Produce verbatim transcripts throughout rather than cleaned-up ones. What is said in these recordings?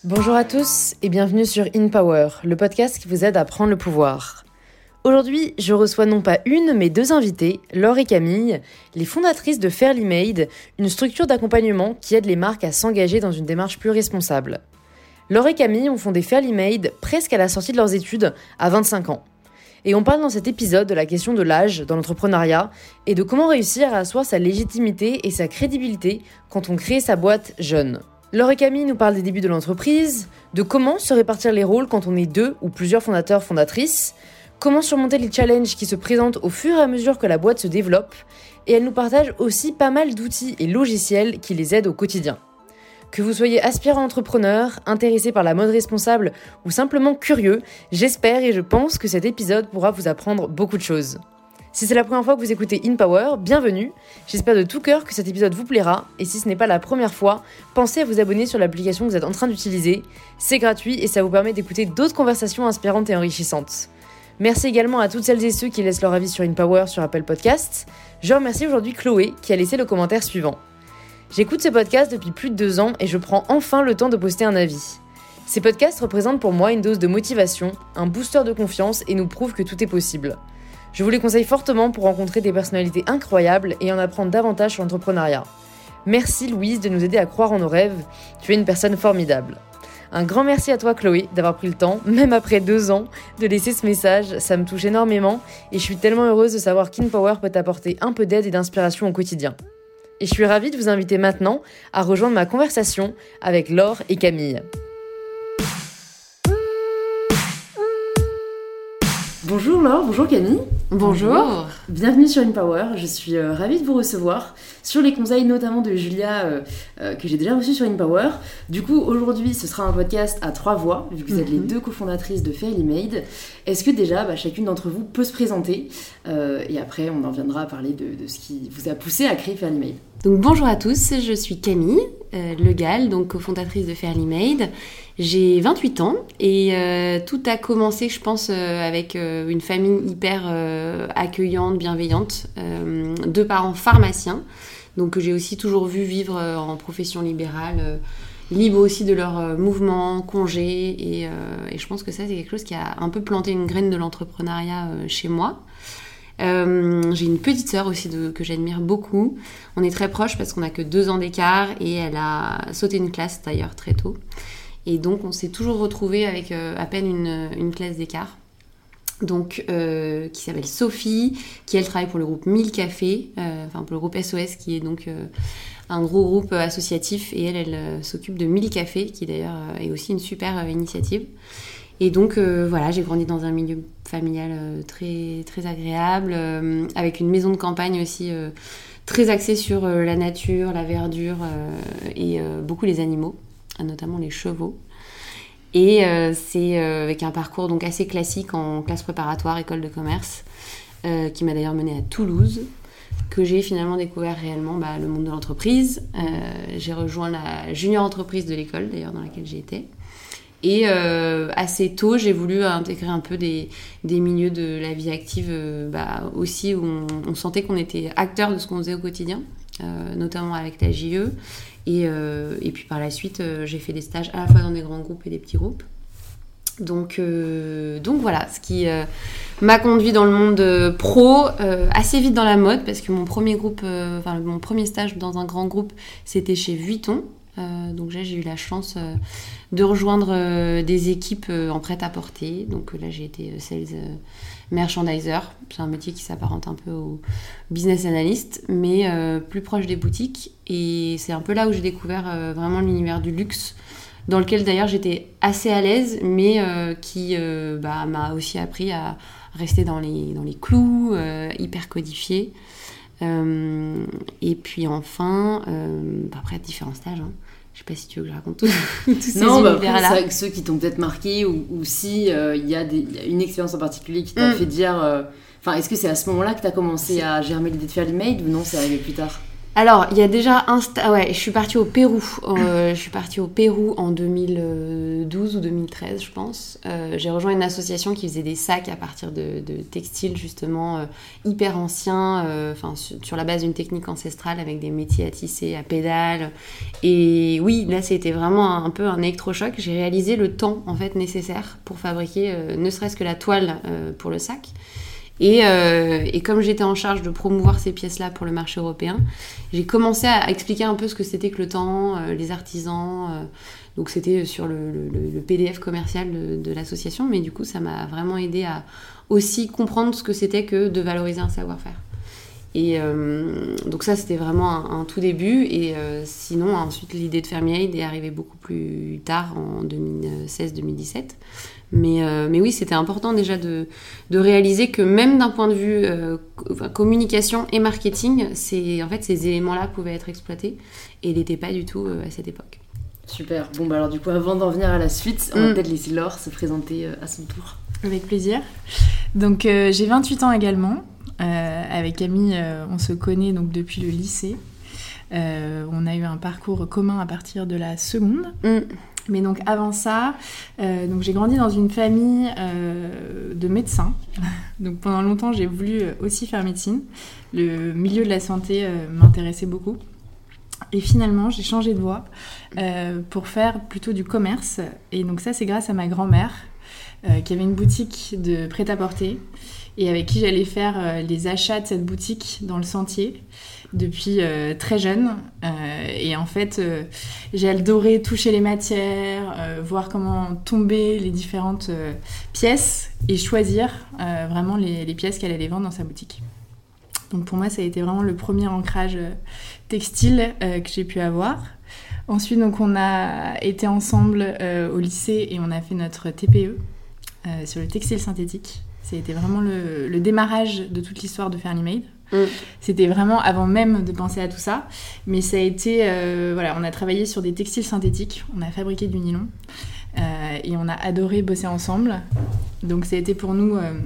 Bonjour à tous et bienvenue sur In Power, le podcast qui vous aide à prendre le pouvoir. Aujourd'hui, je reçois non pas une, mais deux invités, Laure et Camille, les fondatrices de Fairly Made, une structure d'accompagnement qui aide les marques à s'engager dans une démarche plus responsable. Laure et Camille ont fondé Fairly Made presque à la sortie de leurs études, à vingt-cinq ans. Et on parle dans cet épisode de la question de l'âge dans l'entrepreneuriat et de comment réussir à asseoir sa légitimité et sa crédibilité quand on crée sa boîte jeune. Laure et Camille nous parlent des débuts de l'entreprise, de comment se répartir les rôles quand on est deux ou plusieurs fondateurs fondatrices, comment surmonter les challenges qui se présentent au fur et à mesure que la boîte se développe, et elles nous partagent aussi pas mal d'outils et logiciels qui les aident au quotidien. Que vous soyez aspirant entrepreneur, intéressé par la mode responsable ou simplement curieux, j'espère et je pense que cet épisode pourra vous apprendre beaucoup de choses. Si c'est la première fois que vous écoutez In Power, bienvenue. J'espère de tout cœur que cet épisode vous plaira. Et si ce n'est pas la première fois, pensez à vous abonner sur l'application que vous êtes en train d'utiliser. C'est gratuit et ça vous permet d'écouter d'autres conversations inspirantes et enrichissantes. Merci également à toutes celles et ceux qui laissent leur avis sur In Power sur Apple Podcasts. Je remercie aujourd'hui Chloé qui a laissé le commentaire suivant. J'écoute ce podcast depuis plus de deux ans et je prends enfin le temps de poster un avis. Ces podcasts représentent pour moi une dose de motivation, un booster de confiance et nous prouvent que tout est possible. Je vous les conseille fortement pour rencontrer des personnalités incroyables et en apprendre davantage sur l'entrepreneuriat. Merci Louise de nous aider à croire en nos rêves, tu es une personne formidable. Un grand merci à toi Chloé d'avoir pris le temps, même après deux ans, de laisser ce message, ça me touche énormément et je suis tellement heureuse de savoir qu'In Power peut apporter un peu d'aide et d'inspiration au quotidien. Et je suis ravie de vous inviter maintenant à rejoindre ma conversation avec Laure et Camille. Bonjour Laure, bonjour Camille. Bonjour. Bienvenue sur In Power, je suis euh, ravie de vous recevoir sur les conseils notamment de Julia euh, euh, que j'ai déjà reçu sur In Power. Du coup aujourd'hui ce sera un podcast à trois voix vu que vous êtes mm-hmm. les deux cofondatrices de Fairly Made. Est-ce que déjà bah, chacune d'entre vous peut se présenter euh, et après on en viendra à parler de, de ce qui vous a poussé à créer Fairly Made. Donc bonjour à tous, je suis Camille euh, Legal, donc cofondatrice de Fairly Made. J'ai vingt-huit ans et euh, tout a commencé, je pense, euh, avec euh, une famille hyper euh, accueillante, bienveillante, euh, deux parents pharmaciens, donc que j'ai aussi toujours vu vivre euh, en profession libérale, euh, libre aussi de leurs euh, mouvements, congés, et, euh, et je pense que ça c'est quelque chose qui a un peu planté une graine de l'entrepreneuriat euh, chez moi. Euh, j'ai une petite sœur aussi de, que j'admire beaucoup. On est très proches parce qu'on a que deux ans d'écart et elle a sauté une classe d'ailleurs très tôt. Et donc, on s'est toujours retrouvés avec euh, à peine une, une classe d'écart. Donc, euh, qui s'appelle Sophie, qui elle travaille pour le groupe mille Cafés, euh, enfin pour le groupe S O S, qui est donc euh, un gros groupe associatif. Et elle, elle euh, s'occupe de mille Cafés, qui d'ailleurs euh, est aussi une super euh, initiative. Et donc, euh, voilà, j'ai grandi dans un milieu familial euh, très, très agréable, euh, avec une maison de campagne aussi euh, très axée sur euh, la nature, la verdure euh, et euh, beaucoup les animaux, notamment les chevaux. Et euh, c'est euh, avec un parcours donc assez classique en classe préparatoire, école de commerce, euh, qui m'a d'ailleurs menée à Toulouse, que j'ai finalement découvert réellement bah, le monde de l'entreprise. Euh, j'ai rejoint la junior entreprise de l'école, d'ailleurs, dans laquelle j'ai été. Et euh, assez tôt, j'ai voulu intégrer un peu des, des milieux de la vie active, euh, bah, aussi où on, on sentait qu'on était acteur de ce qu'on faisait au quotidien, euh, notamment avec la J E. Et, euh, et puis par la suite, euh, j'ai fait des stages à la fois dans des grands groupes et des petits groupes. Donc, euh, donc voilà, ce qui euh, m'a conduit dans le monde euh, pro, euh, assez vite dans la mode, parce que mon premier groupe, euh, enfin mon premier stage dans un grand groupe, c'était chez Vuitton. Euh, donc là, j'ai eu la chance euh, de rejoindre euh, des équipes euh, en prêt-à-porter. Donc euh, là, j'ai été euh, sales euh, merchandiser. C'est un métier qui s'apparente un peu au business analyst, mais euh, plus proche des boutiques. Et c'est un peu là où j'ai découvert euh, vraiment l'univers du luxe, dans lequel d'ailleurs j'étais assez à l'aise, mais euh, qui euh, bah, m'a aussi appris à rester dans les, dans les clous, euh, hyper codifié. Euh, et puis enfin, euh, après différents stages, hein. Je sais pas si tu veux que je raconte tout, tous ces non, univers-là. bah après, c'est vrai que ceux qui t'ont peut-être marqué ou, ou si il euh, y, y a une expérience en particulier qui t'a mm. fait dire... Enfin, euh, est-ce que c'est à ce moment-là que t'as commencé c'est... à germer l'idée de Fairly Made ou non, c'est arrivé plus tard ? Alors, il y a déjà un... Sta- ouais, je suis partie au Pérou. Euh, je suis partie au Pérou en deux mille douze ou deux mille treize, je pense. Euh, j'ai rejoint une association qui faisait des sacs à partir de, de textiles, justement, euh, hyper anciens, euh, sur, sur la base d'une technique ancestrale, avec des métiers à tisser, à pédales. Et oui, là, c'était vraiment un, un peu un électrochoc. J'ai réalisé le temps, en fait, nécessaire pour fabriquer, euh, ne serait-ce que la toile euh, pour le sac. Et, euh, et comme j'étais en charge de promouvoir ces pièces-là pour le marché européen, j'ai commencé à expliquer un peu ce que c'était que le temps, euh, les artisans. Euh, donc c'était sur le, le, le P D F commercial de, de l'association, mais du coup ça m'a vraiment aidé à aussi comprendre ce que c'était que de valoriser un savoir-faire. Et euh, donc ça c'était vraiment un, un tout début. Et euh, sinon ensuite l'idée de Fermiaid est arrivée beaucoup plus tard, en deux mille seize deux mille dix-sept. Mais, euh, mais oui, c'était important déjà de, de réaliser que même d'un point de vue euh, enfin, communication et marketing, c'est, en fait, ces éléments-là pouvaient être exploités et ils n'étaient pas du tout euh, à cette époque. Super. Bon, bah alors du coup, avant d'en venir à la suite, on va mm. peut-être laisser Laure se présenter euh, à son tour. Avec plaisir. Donc, euh, j'ai vingt-huit ans également. Euh, avec Camille, euh, on se connaît donc depuis le lycée. Euh, on a eu un parcours commun à partir de la seconde. Mm. Mais donc avant ça, euh, donc j'ai grandi dans une famille euh, de médecins. Donc pendant longtemps, j'ai voulu aussi faire médecine. Le milieu de la santé euh, m'intéressait beaucoup. Et finalement, j'ai changé de voie euh, pour faire plutôt du commerce. Et donc ça, c'est grâce à ma grand-mère euh, qui avait une boutique de prêt-à-porter et avec qui j'allais faire euh, les achats de cette boutique dans le Sentier depuis euh, très jeune. Euh, et en fait, euh, j'ai adoré toucher les matières, euh, voir comment tomber les différentes euh, pièces et choisir euh, vraiment les, les pièces qu'elle allait vendre dans sa boutique. Donc pour moi, ça a été vraiment le premier ancrage euh, textile euh, que j'ai pu avoir. Ensuite, donc, on a été ensemble euh, au lycée et on a fait notre T P E euh, sur le textile synthétique. Ça a été vraiment le, le démarrage de toute l'histoire de Ferlimaid. Mmh. C'était vraiment avant même de penser à tout ça. Mais ça a été... Euh, voilà, on a travaillé sur des textiles synthétiques. On a fabriqué du nylon. Euh, et on a adoré bosser ensemble. Donc ça a été pour nous... Euh,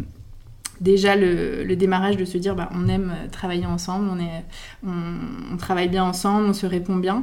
déjà le, le démarrage de se dire bah, on aime travailler ensemble, on, est, on, on travaille bien ensemble, on se répond bien.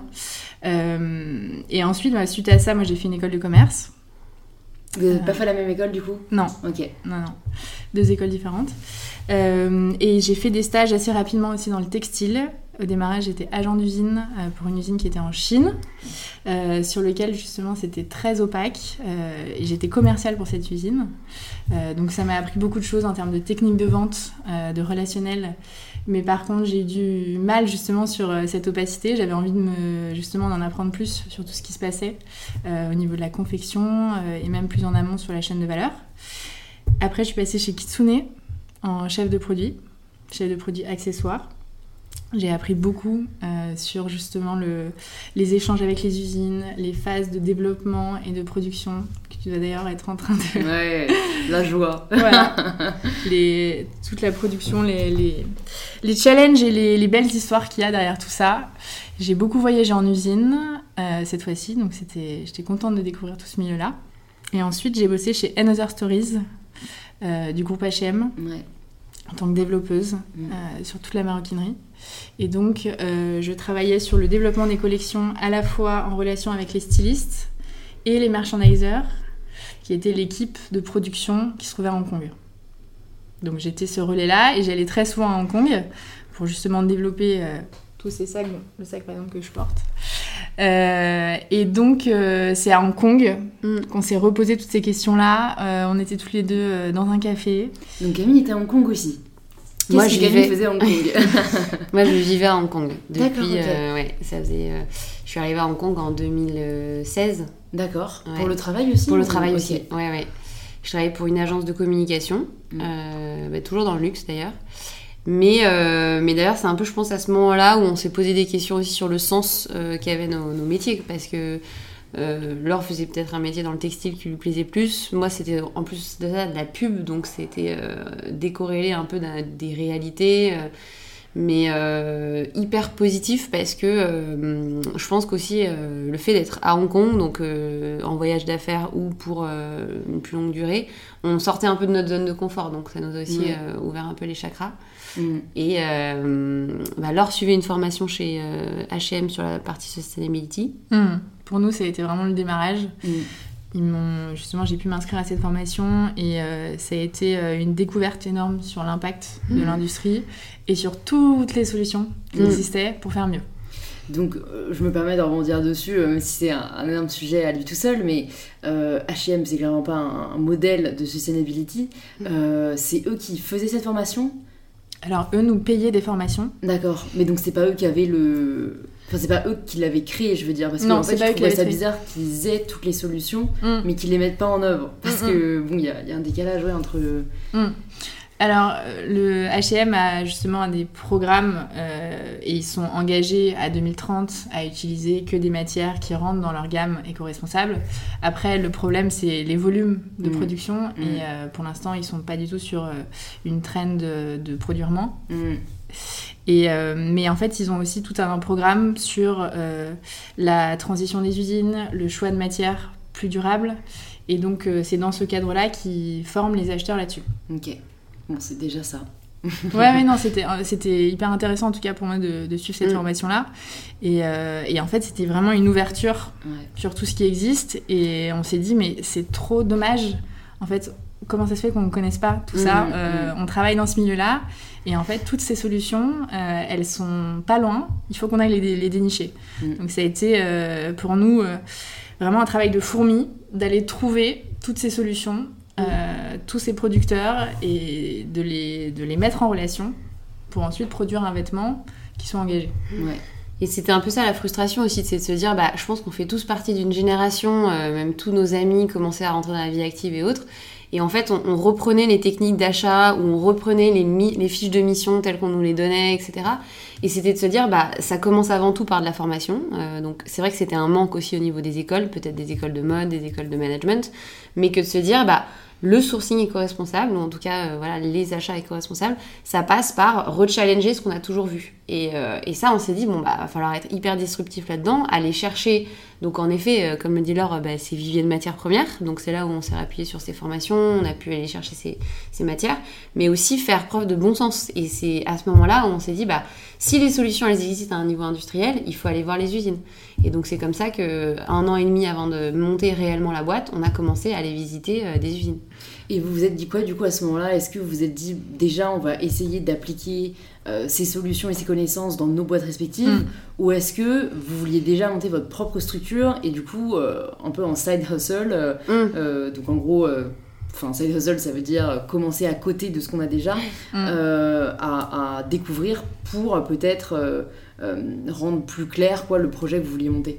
Euh, et ensuite, bah, suite à ça, moi j'ai fait une école de commerce. Vous n'avez euh, pas fait la même école du coup ? Non. Ok. Non, non. Deux écoles différentes. Euh, et j'ai fait des stages assez rapidement aussi dans le textile. Au démarrage, j'étais agent d'usine euh, pour une usine qui était en Chine, euh, sur lequel justement c'était très opaque. Euh, et j'étais commerciale pour cette usine. Euh, donc ça m'a appris beaucoup de choses en termes de technique de vente, euh, de relationnel. Mais par contre, j'ai eu du mal justement sur euh, cette opacité. J'avais envie de me, justement d'en apprendre plus sur tout ce qui se passait euh, au niveau de la confection euh, et même plus en amont sur la chaîne de valeur. Après, je suis passée chez Kitsune en chef de produit, chef de produit accessoires. J'ai appris beaucoup euh, sur justement le, les échanges avec les usines, les phases de développement et de production, que tu dois d'ailleurs être en train de... Ouais, la joie. Voilà, les, toute la production, les, les, les challenges et les, les belles histoires qu'il y a derrière tout ça. J'ai beaucoup voyagé en usine euh, cette fois-ci, donc c'était, j'étais contente de découvrir tout ce milieu-là. Et ensuite, j'ai bossé chez Another Stories euh, du groupe H et M. Ouais. En tant que développeuse mmh. euh, sur toute la maroquinerie. Et donc, euh, je travaillais sur le développement des collections à la fois en relation avec les stylistes et les merchandisers, qui étaient l'équipe de production qui se trouvait à Hong Kong. Donc, j'étais ce relais-là et j'allais très souvent à Hong Kong pour justement développer euh, tous ces sacs, bon, le sac par exemple que je porte. Euh, et donc, euh, c'est à Hong Kong mm. qu'on s'est reposé toutes ces questions-là. Euh, on était tous les deux euh, dans un café. Donc Camille était à Hong Kong aussi. Qu'est-ce Moi, que je Camille vivais... faisait à Hong Kong? Moi, je vivais à Hong Kong. Depuis, D'accord, ok. euh, ouais, ça faisait... Euh, je suis arrivée à Hong Kong en deux mille seize. D'accord. Ouais. Pour le travail aussi? Pour le travail okay. aussi, ouais, ouais. Je travaillais pour une agence de communication, mm. euh, bah, toujours dans le luxe d'ailleurs. Mais, euh, mais d'ailleurs, c'est un peu, je pense, à ce moment-là où on s'est posé des questions aussi sur le sens euh, qu'avaient nos, nos métiers. Parce que euh, Laure faisait peut-être un métier dans le textile qui lui plaisait plus. Moi, c'était en plus de ça de la pub, donc c'était euh, décorrélé un peu des réalités. Euh, mais euh, hyper positif parce que euh, je pense qu'aussi euh, le fait d'être à Hong Kong, donc euh, en voyage d'affaires ou pour euh, une plus longue durée, on sortait un peu de notre zone de confort. Donc ça nous a aussi ouais. euh, ouvert un peu les chakras. Mmh. Et euh, bah, Laure suivait une formation chez euh, H et M sur la partie sustainability. Mmh. Pour nous, ça a été vraiment le démarrage. Mmh. Ils m'ont, justement, j'ai pu m'inscrire à cette formation et euh, ça a été euh, une découverte énorme sur l'impact mmh. de l'industrie et sur toutes les solutions qui mmh. existaient pour faire mieux. Donc, euh, je me permets de rebondir dessus, euh, même si c'est un, un énorme sujet à lui tout seul, mais euh, H et M, c'est clairement pas un, un modèle de sustainability. Euh, c'est eux qui faisaient cette formation ? Alors, eux nous payaient des formations. D'accord, mais donc c'est pas eux qui avaient le... Enfin, c'est pas eux qui l'avaient créé, je veux dire, parce que non, en fait, je trouvais ça créé. bizarre qu'ils aient toutes les solutions, mm. mais qu'ils les mettent pas en œuvre, parce mm. que bon, il y, y a un décalage ouais, entre. Mm. Alors, le H et M a justement des programmes euh, et ils sont engagés à deux mille trente à utiliser que des matières qui rentrent dans leur gamme éco-responsable. Après, le problème, c'est les volumes de mm. production mm. et euh, pour l'instant, ils sont pas du tout sur euh, une trend de, de produire moins. Mm. Et, euh, mais en fait, ils ont aussi tout un programme sur euh, la transition des usines, le choix de matières plus durables. Et donc, euh, c'est dans ce cadre-là qu'ils forment les acheteurs là-dessus. Ok. Bon, c'est déjà ça. ouais, mais non, c'était, c'était hyper intéressant en tout cas pour moi de, de suivre cette mmh. formation-là. Et, euh, et en fait, c'était vraiment une ouverture ouais. sur tout ce qui existe. Et on s'est dit, mais c'est trop dommage. En fait, comment ça se fait qu'on ne connaisse pas tout ça mmh, euh, mmh. On travaille dans ce milieu-là. Et en fait, toutes ces solutions, euh, elles sont pas loin. Il faut qu'on aille les, les dénicher. Mmh. Donc ça a été euh, pour nous euh, vraiment un travail de fourmi d'aller trouver toutes ces solutions. Euh, tous ces producteurs et de les, de les mettre en relation pour ensuite produire un vêtement qui soit engagé. Ouais. Et c'était un peu ça la frustration aussi, c'est de se dire, bah, je pense qu'on fait tous partie d'une génération, euh, même tous nos amis commençaient à rentrer dans la vie active et autres, et en fait on, on reprenait les techniques d'achat ou on reprenait les, mi- les fiches de mission telles qu'on nous les donnait, et cetera. Et c'était de se dire, bah, ça commence avant tout par de la formation, euh, donc c'est vrai que c'était un manque aussi au niveau des écoles, peut-être des écoles de mode, des écoles de management, mais que de se dire, bah, le sourcing éco-responsable, ou en tout cas euh, voilà, les achats éco-responsables, ça passe par rechallenger ce qu'on a toujours vu. Et, euh, et ça, on s'est dit, bon, bah, va falloir être hyper disruptif là-dedans, aller chercher. Donc en effet, euh, comme le dit Laure, bah, c'est vivier de matières premières. Donc c'est là où on s'est appuyé sur ces formations, on a pu aller chercher ces, ces matières, mais aussi faire preuve de bon sens. Et c'est à ce moment-là où on s'est dit, bah, si les solutions elles existent à un niveau industriel, il faut aller voir les usines. Et donc c'est comme ça qu'un an et demi avant de monter réellement la boîte, on a commencé à aller visiter euh, des usines. Et vous vous êtes dit quoi du coup à ce moment-là ? Est-ce que vous vous êtes dit déjà on va essayer d'appliquer euh, ces solutions et ces connaissances dans nos boîtes respectives mmh. ou est-ce que vous vouliez déjà monter votre propre structure et du coup euh, un peu en side hustle euh, mmh. euh, donc en gros euh, Enfin, side hustle, ça veut dire commencer à côté de ce qu'on a déjà, mmh. euh, à, à découvrir pour peut-être euh, euh, rendre plus clair quoi, le projet que vous vouliez monter.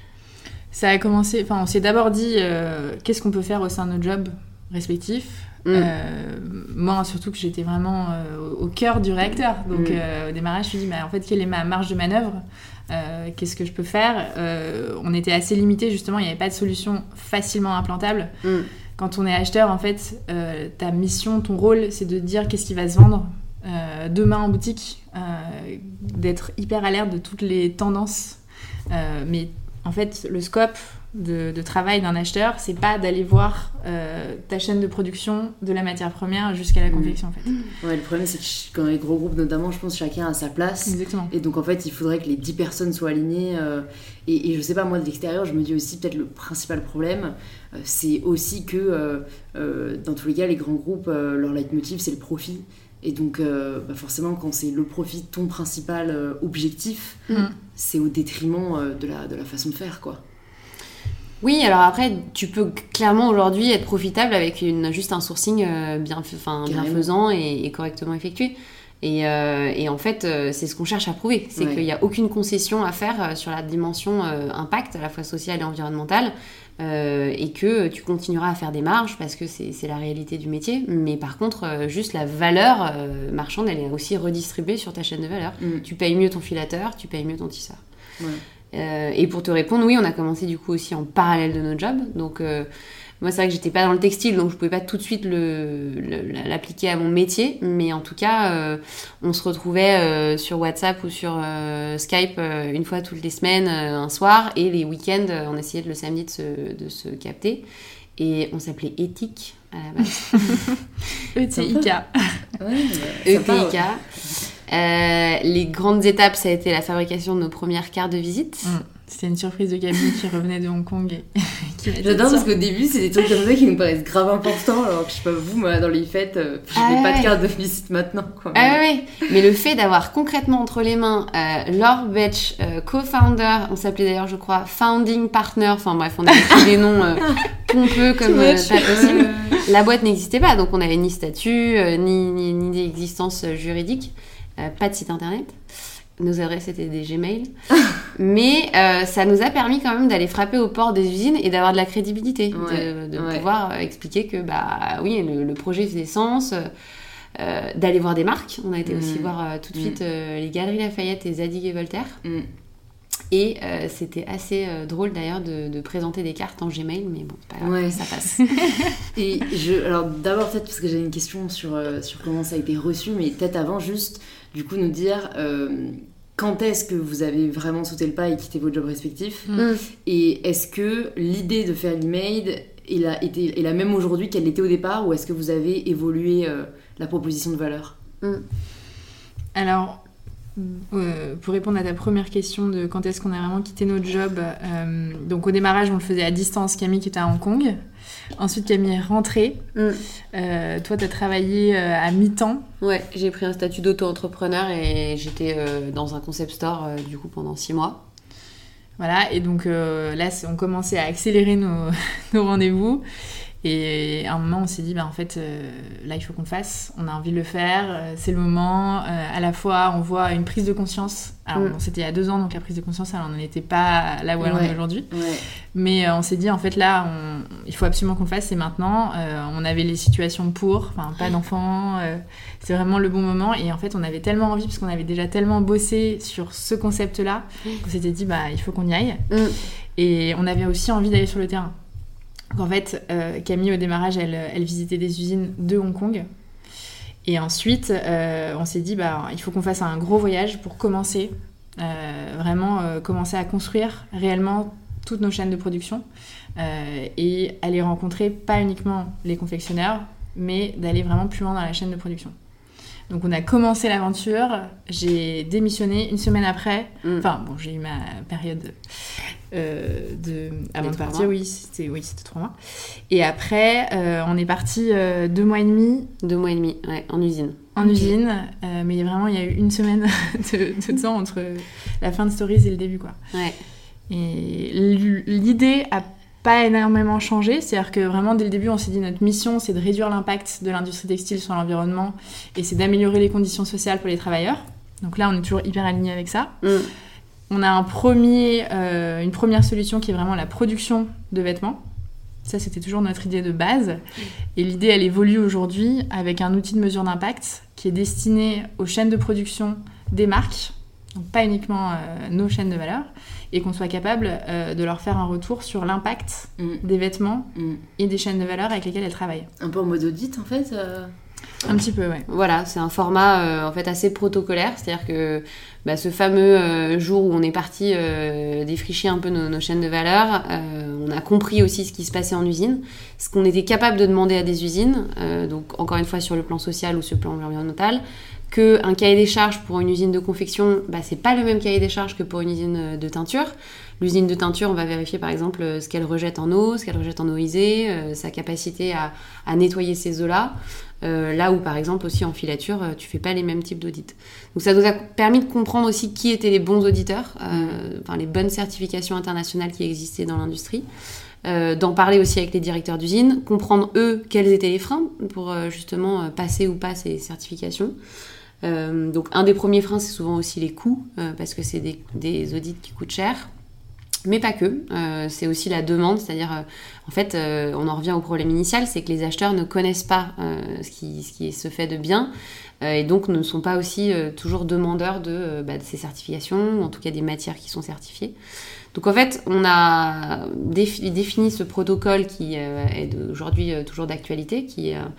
Ça a commencé, enfin, on s'est d'abord dit euh, qu'est-ce qu'on peut faire au sein de nos jobs respectifs. Mmh. Euh, moi, surtout que j'étais vraiment euh, au cœur du réacteur. Donc, mmh. euh, au démarrage, je me suis dit, bah, en fait, quelle est ma marge de manœuvre ? euh, Qu'est-ce que je peux faire ? euh, On était assez limité, justement, il n'y avait pas de solution facilement implantable. Mmh. Quand on est acheteur, en fait, euh, ta mission, ton rôle, c'est de dire qu'est-ce qui va se vendre euh, demain en boutique, euh, d'être hyper alerte de toutes les tendances. Euh, mais en fait, le scope de, de travail d'un acheteur, c'est pas d'aller voir euh, ta chaîne de production de la matière première jusqu'à la confection, en fait. Ouais, le problème, c'est que quand les gros groupes, notamment, je pense que chacun a sa place. Exactement. Et donc, en fait, il faudrait que les dix personnes soient alignées. Euh, et, et je sais pas, moi, de l'extérieur, je me dis aussi, peut-être le principal problème, euh, c'est aussi que, euh, euh, dans tous les cas, les grands groupes, euh, leur leitmotiv, c'est le profit. Et donc, euh, bah forcément, quand c'est le profit, ton principal euh, objectif, mmh. c'est au détriment euh, de, la, de la façon de faire, quoi. Oui, alors après, tu peux clairement aujourd'hui être profitable avec une, juste un sourcing euh, bien, bienfaisant et, et correctement effectué. Et, euh, et en fait, euh, c'est ce qu'on cherche à prouver. C'est ouais. qu'il n'y a aucune concession à faire euh, sur la dimension euh, impact, à la fois social et environnemental, euh, et que tu continueras à faire des marges parce que c'est, c'est la réalité du métier. Mais par contre, euh, juste la valeur euh, marchande, elle est aussi redistribuée sur ta chaîne de valeur. Mm. Tu payes mieux ton filateur, tu payes mieux ton tisseur. Ouais. Euh, et pour te répondre, oui, on a commencé du coup aussi en parallèle de nos jobs. Donc, euh, moi, c'est vrai que j'étais pas dans le textile, donc je pouvais pas tout de suite le, le, l'appliquer à mon métier. Mais en tout cas, euh, on se retrouvait euh, sur WhatsApp ou sur euh, Skype euh, une fois toutes les semaines, euh, un soir. Et les week-ends, euh, on essayait de, le samedi de se, de se capter. Et on s'appelait Éthique à la base. E T I K. Ouais, E T I K. Euh, les grandes étapes, ça a été la fabrication de nos premières cartes de visite. Mmh. C'était une surprise de Camille qui revenait de Hong Kong. Et qui J'adore parce qu'au début, c'est des trucs comme ça qui nous paraissent grave importants. Alors que je sais pas, vous, moi, dans les fêtes, euh, je n'ai ah, pas ouais. de carte de visite maintenant. Quoi. Ah ouais, mais le fait d'avoir concrètement entre les mains euh, Laure Betch, euh, co-founder, on s'appelait d'ailleurs, je crois, founding partner. Enfin bref, on avait pris des noms euh, pompeux comme euh, pas possible. La boîte n'existait pas, donc on n'avait ni statut, euh, ni, ni, ni d'existence juridique. Euh, pas de site internet, nos adresses étaient des Gmail, mais euh, ça nous a permis quand même d'aller frapper aux portes des usines et d'avoir de la crédibilité, ouais, de, de ouais. pouvoir expliquer que bah oui, le, le projet faisait sens, euh, d'aller voir des marques. On a été mmh. aussi voir euh, tout de mmh. suite euh, les Galeries Lafayette et Zadig et Voltaire. Mmh. Et euh, c'était assez euh, drôle d'ailleurs de, de présenter des cartes en Gmail, mais bon, c'est pas grave, ouais. ça passe. Et je, alors d'abord peut-être parce que j'ai une question sur, euh, sur comment ça a été reçu, mais peut-être avant juste du coup nous dire euh, quand est-ce que vous avez vraiment sauté le pas et quitté vos jobs respectifs mmh. Et est-ce que l'idée de faire l'e-mail est la, était, est la même aujourd'hui qu'elle l'était au départ, ou est-ce que vous avez évolué euh, la proposition de valeur? mmh. Alors... Euh, pour répondre à ta première question de quand est-ce qu'on a vraiment quitté notre job, euh, donc au démarrage on le faisait à distance, Camille qui était à Hong Kong, ensuite Camille est rentrée, mm. euh, toi t'as travaillé euh, à mi-temps. Ouais, j'ai pris un statut d'auto-entrepreneur et j'étais euh, dans un concept store euh, du coup pendant six mois. Voilà, et donc euh, là on commençait à accélérer nos, nos rendez-vous. Et à un moment, on s'est dit, bah, en fait, euh, là, il faut qu'on le fasse. On a envie de le faire. Euh, c'est le moment. Euh, à la fois, on voit une prise de conscience. Alors, mm. bon, c'était il y a deux ans, donc la prise de conscience, elle n'en était pas là où elle ouais. en est aujourd'hui. Ouais. Mais euh, on s'est dit, en fait, là, on... il faut absolument qu'on le fasse. C'est maintenant. Euh, on avait les situations pour, enfin, pas d'enfants. Euh, c'est vraiment le bon moment. Et en fait, on avait tellement envie, parce qu'on avait déjà tellement bossé sur ce concept-là, qu'on s'était dit, bah, il faut qu'on y aille. Mm. Et on avait aussi envie d'aller sur le terrain. Donc en fait, euh, Camille, au démarrage, elle, elle visitait des usines de Hong Kong. Et ensuite, euh, on s'est dit, bah, il faut qu'on fasse un gros voyage pour commencer, euh, vraiment euh, commencer à construire réellement toutes nos chaînes de production euh, et aller rencontrer pas uniquement les confectionneurs, mais d'aller vraiment plus loin dans la chaîne de production. Donc on a commencé l'aventure, j'ai démissionné une semaine après, mm. enfin bon, j'ai eu ma période euh, de... avant de partir, oui c'était, oui, c'était trois mois. Et après, euh, on est parti euh, deux mois et demi. Deux mois et demi, ouais, en usine. En okay. usine, euh, mais vraiment il y a eu une semaine de, de temps entre la fin de Stories et le début, quoi. Ouais. Et l'idée a pas énormément changé, c'est-à-dire que vraiment dès le début on s'est dit notre mission c'est de réduire l'impact de l'industrie textile sur l'environnement et c'est d'améliorer les conditions sociales pour les travailleurs. Donc là on est toujours hyper alignés avec ça. Mm. On a un premier, euh, une première solution qui est vraiment la production de vêtements. Ça c'était toujours notre idée de base. Mm. Et l'idée elle évolue aujourd'hui avec un outil de mesure d'impact qui est destiné aux chaînes de production des marques, donc pas uniquement euh, nos chaînes de valeur, et qu'on soit capable euh, de leur faire un retour sur l'impact mm. des vêtements mm. et des chaînes de valeur avec lesquelles elles travaillent. Un peu en mode audit en fait euh... Un petit peu, ouais. Voilà, c'est un format euh, en fait assez protocolaire, c'est-à-dire que bah, ce fameux euh, jour où on est parti euh, défricher un peu nos, nos chaînes de valeur, euh, on a compris aussi ce qui se passait en usine, ce qu'on était capable de demander à des usines, euh, donc encore une fois sur le plan social ou sur le plan environnemental, qu'un cahier des charges pour une usine de confection, bah, c'est pas le même cahier des charges que pour une usine de teinture. L'usine de teinture, on va vérifier par exemple ce qu'elle rejette en eau, ce qu'elle rejette en eau usée, euh, sa capacité à, à nettoyer ces eaux-là. Euh, là où par exemple aussi en filature, tu fais pas les mêmes types d'audits. Donc ça nous a permis de comprendre aussi qui étaient les bons auditeurs, euh, enfin les bonnes certifications internationales qui existaient dans l'industrie. Euh, d'en parler aussi avec les directeurs d'usine, comprendre eux quels étaient les freins pour euh, justement passer ou pas ces certifications. Euh, donc un des premiers freins c'est souvent aussi les coûts euh, parce que c'est des, des audits qui coûtent cher, mais pas que, euh, c'est aussi la demande, c'est-à-dire euh, en fait euh, on en revient au problème initial, c'est que les acheteurs ne connaissent pas euh, ce, qui, ce qui se fait de bien euh, et donc ne sont pas aussi euh, toujours demandeurs de, euh, bah, de ces certifications ou en tout cas des matières qui sont certifiées. Donc en fait, on a défi- défini ce protocole qui euh, est aujourd'hui euh, toujours d'actualité, qui est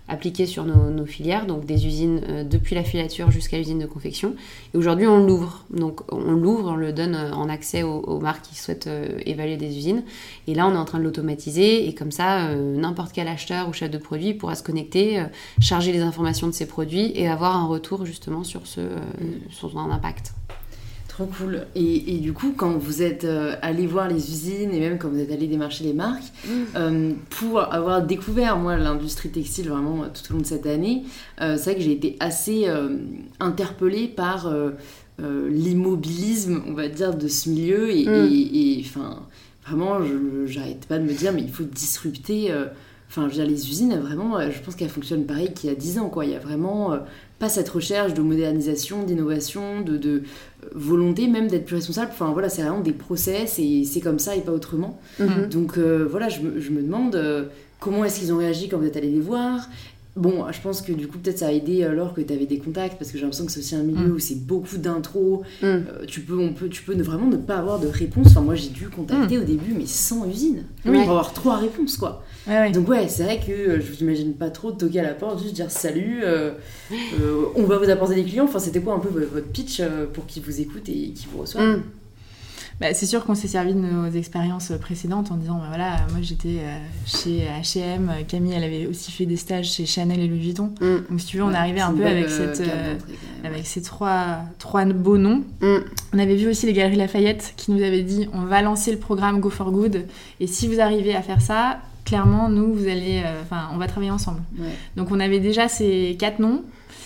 appliqué sur nos, nos filières, donc des usines euh, depuis la filature jusqu'à l'usine de confection. Et aujourd'hui, on l'ouvre. Donc, on l'ouvre, on le donne en accès aux, aux marques qui souhaitent euh, évaluer des usines. Et là, on est en train de l'automatiser. Et comme ça, euh, n'importe quel acheteur ou chef de produit pourra se connecter, euh, charger les informations de ses produits et avoir un retour justement sur, ce, euh, sur son impact. Trop cool. Et, et du coup, quand vous êtes euh, allé voir les usines et même quand vous êtes allé démarcher les marques, mmh. euh, pour avoir découvert, moi, l'industrie textile vraiment tout au long de cette année, euh, c'est vrai que j'ai été assez euh, interpellée par euh, euh, l'immobilisme, on va dire, de ce milieu. Et, mmh. et, et enfin, vraiment, je, j'arrête pas de me dire, mais il faut disrupter... Euh, Enfin, je veux dire, les usines, vraiment, je pense qu'elles fonctionnent pareil qu'il y a dix ans, quoi. Il y a vraiment euh, pas cette recherche de modernisation, d'innovation, de, de euh, volonté même d'être plus responsable. Enfin, voilà, c'est vraiment des process et c'est comme ça et pas autrement. Mm-hmm. Donc, euh, voilà, je me, je me demande euh, comment est-ce qu'ils ont réagi quand vous êtes allés les voir. Bon, je pense que du coup, peut-être ça a aidé alors que tu avais des contacts, parce que j'ai l'impression que c'est aussi un milieu mmh. où c'est beaucoup d'intros. Mmh. Euh, tu, peux, on peut, tu peux ne, vraiment ne pas avoir de réponse. Enfin, moi, j'ai dû contacter mmh. au début, mais sans usine. Oui. Pour avoir trois réponses, quoi. Ouais, ouais. Donc, ouais, c'est vrai que euh, je vous imagine pas trop de toquer à la porte, juste dire salut, euh, euh, on va vous apporter des clients. Enfin, c'était quoi un peu votre pitch euh, pour qu'ils vous écoutent et qu'ils vous reçoivent? Mmh. Bah, c'est sûr qu'on s'est servi de nos expériences précédentes en disant bah voilà, moi j'étais euh, chez H et M, Camille elle avait aussi fait des stages chez Chanel et Louis Vuitton. Mm. Donc si tu veux, on ouais, arrivait un peu avec, euh, cette, euh, avec ces trois, trois beaux noms. Mm. On avait vu aussi les Galeries Lafayette qui nous avaient dit on va lancer le programme Go for Good et si vous arrivez à faire ça, clairement nous vous allez, enfin euh, on va travailler ensemble. Ouais. Donc on avait déjà ces quatre noms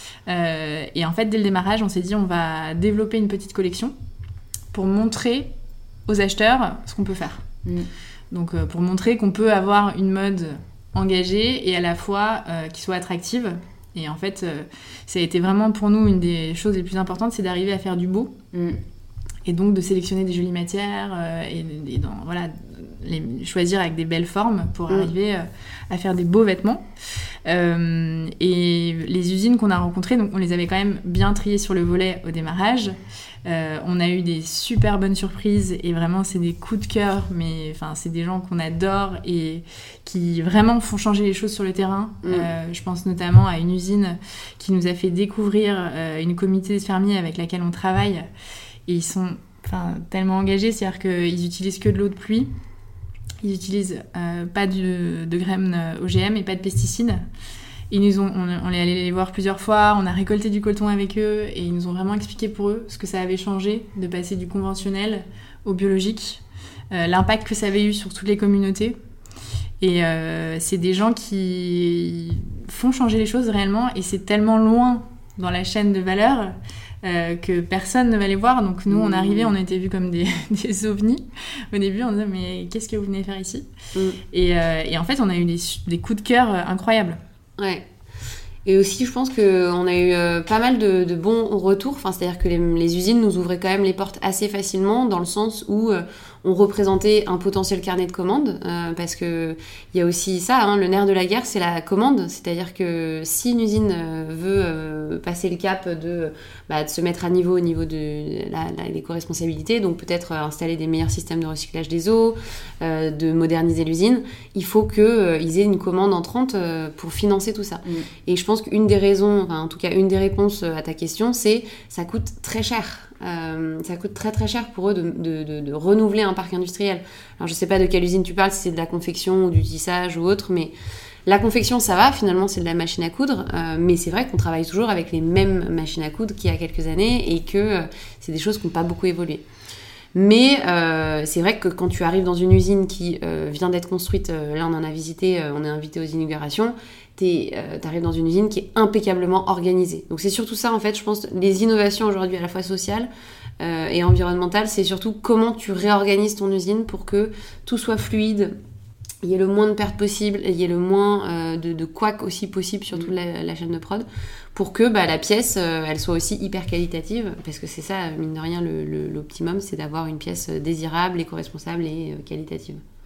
euh, et en fait dès le démarrage on s'est dit on va développer une petite collection pour montrer aux acheteurs ce qu'on peut faire. Mmh. Donc euh, pour montrer qu'on peut avoir une mode engagée et à la fois euh, qui soit attractive. Et en fait, euh, ça a été vraiment pour nous une des choses les plus importantes, c'est d'arriver à faire du beau. Mmh. Et donc de sélectionner des jolies matières euh, et, et dans, voilà, les choisir avec des belles formes pour mmh. arriver euh, à faire des beaux vêtements. Euh, et les usines qu'on a rencontrées, donc on les avait quand même bien triées sur le volet au démarrage. Euh, on a eu des super bonnes surprises et vraiment c'est des coups de cœur, mais enfin c'est des gens qu'on adore et qui vraiment font changer les choses sur le terrain. Mmh. Euh, je pense notamment à une usine qui nous a fait découvrir euh, une communauté de fermiers avec laquelle on travaille et ils sont enfin tellement engagés, c'est-à-dire qu'ils utilisent que de l'eau de pluie. Ils utilisent euh, pas de, de graines O G M et pas de pesticides. Ils nous ont, on, on est allé les voir plusieurs fois, on a récolté du coton avec eux et ils nous ont vraiment expliqué pour eux ce que ça avait changé de passer du conventionnel au biologique, euh, l'impact que ça avait eu sur toutes les communautés. Et euh, c'est des gens qui font changer les choses réellement et c'est tellement loin dans la chaîne de valeur Euh, que personne ne va les voir. Donc nous, on arrivait, on était vus comme des, des ovnis. Au début, on disait, mais qu'est-ce que vous venez faire ici ? mmh. et, euh, et en fait, on a eu des, des coups de cœur incroyables. Ouais. Et aussi, je pense qu'on a eu euh, pas mal de, de bons retours. Enfin, c'est-à-dire que les, les usines nous ouvraient quand même les portes assez facilement, dans le sens où euh, on représentait un potentiel carnet de commandes. Euh, parce qu'il y a aussi ça, hein, le nerf de la guerre, c'est la commande. C'est-à-dire que si une usine euh, veut euh, passer le cap de, bah, de se mettre à niveau au niveau de la, la, l'éco-responsabilité, donc peut-être euh, installer des meilleurs systèmes de recyclage des eaux, euh, de moderniser l'usine, il faut qu'ils euh, aient une commande entrante euh, pour financer tout ça. Mmh. Et je pense qu'une des raisons, enfin en tout cas une des réponses à ta question, c'est ça coûte très cher. Euh, ça coûte très très cher pour eux de, de, de, de renouveler un parc industriel. Alors je sais pas de quelle usine tu parles, si c'est de la confection ou du tissage ou autre, mais la confection ça va, finalement c'est de la machine à coudre, euh, mais c'est vrai qu'on travaille toujours avec les mêmes machines à coudre qu'il y a quelques années et que euh, c'est des choses qui n'ont pas beaucoup évolué. Mais euh, c'est vrai que quand tu arrives dans une usine qui euh, vient d'être construite, euh, là on en a visité, euh, on est invité aux inaugurations, tu euh, arrives dans une usine qui est impeccablement organisée. Donc c'est surtout ça en fait, je pense, les innovations aujourd'hui à la fois sociales euh, et environnementales, c'est surtout comment tu réorganises ton usine pour que tout soit fluide, il y ait le moins de pertes possible, il y ait le moins euh, de, de couacs aussi possible sur toute la, la chaîne de prod, pour que bah, la pièce, euh, elle soit aussi hyper qualitative, parce que c'est ça, mine de rien, le, le, l'optimum, c'est d'avoir une pièce désirable, éco-responsable et euh, qualitative.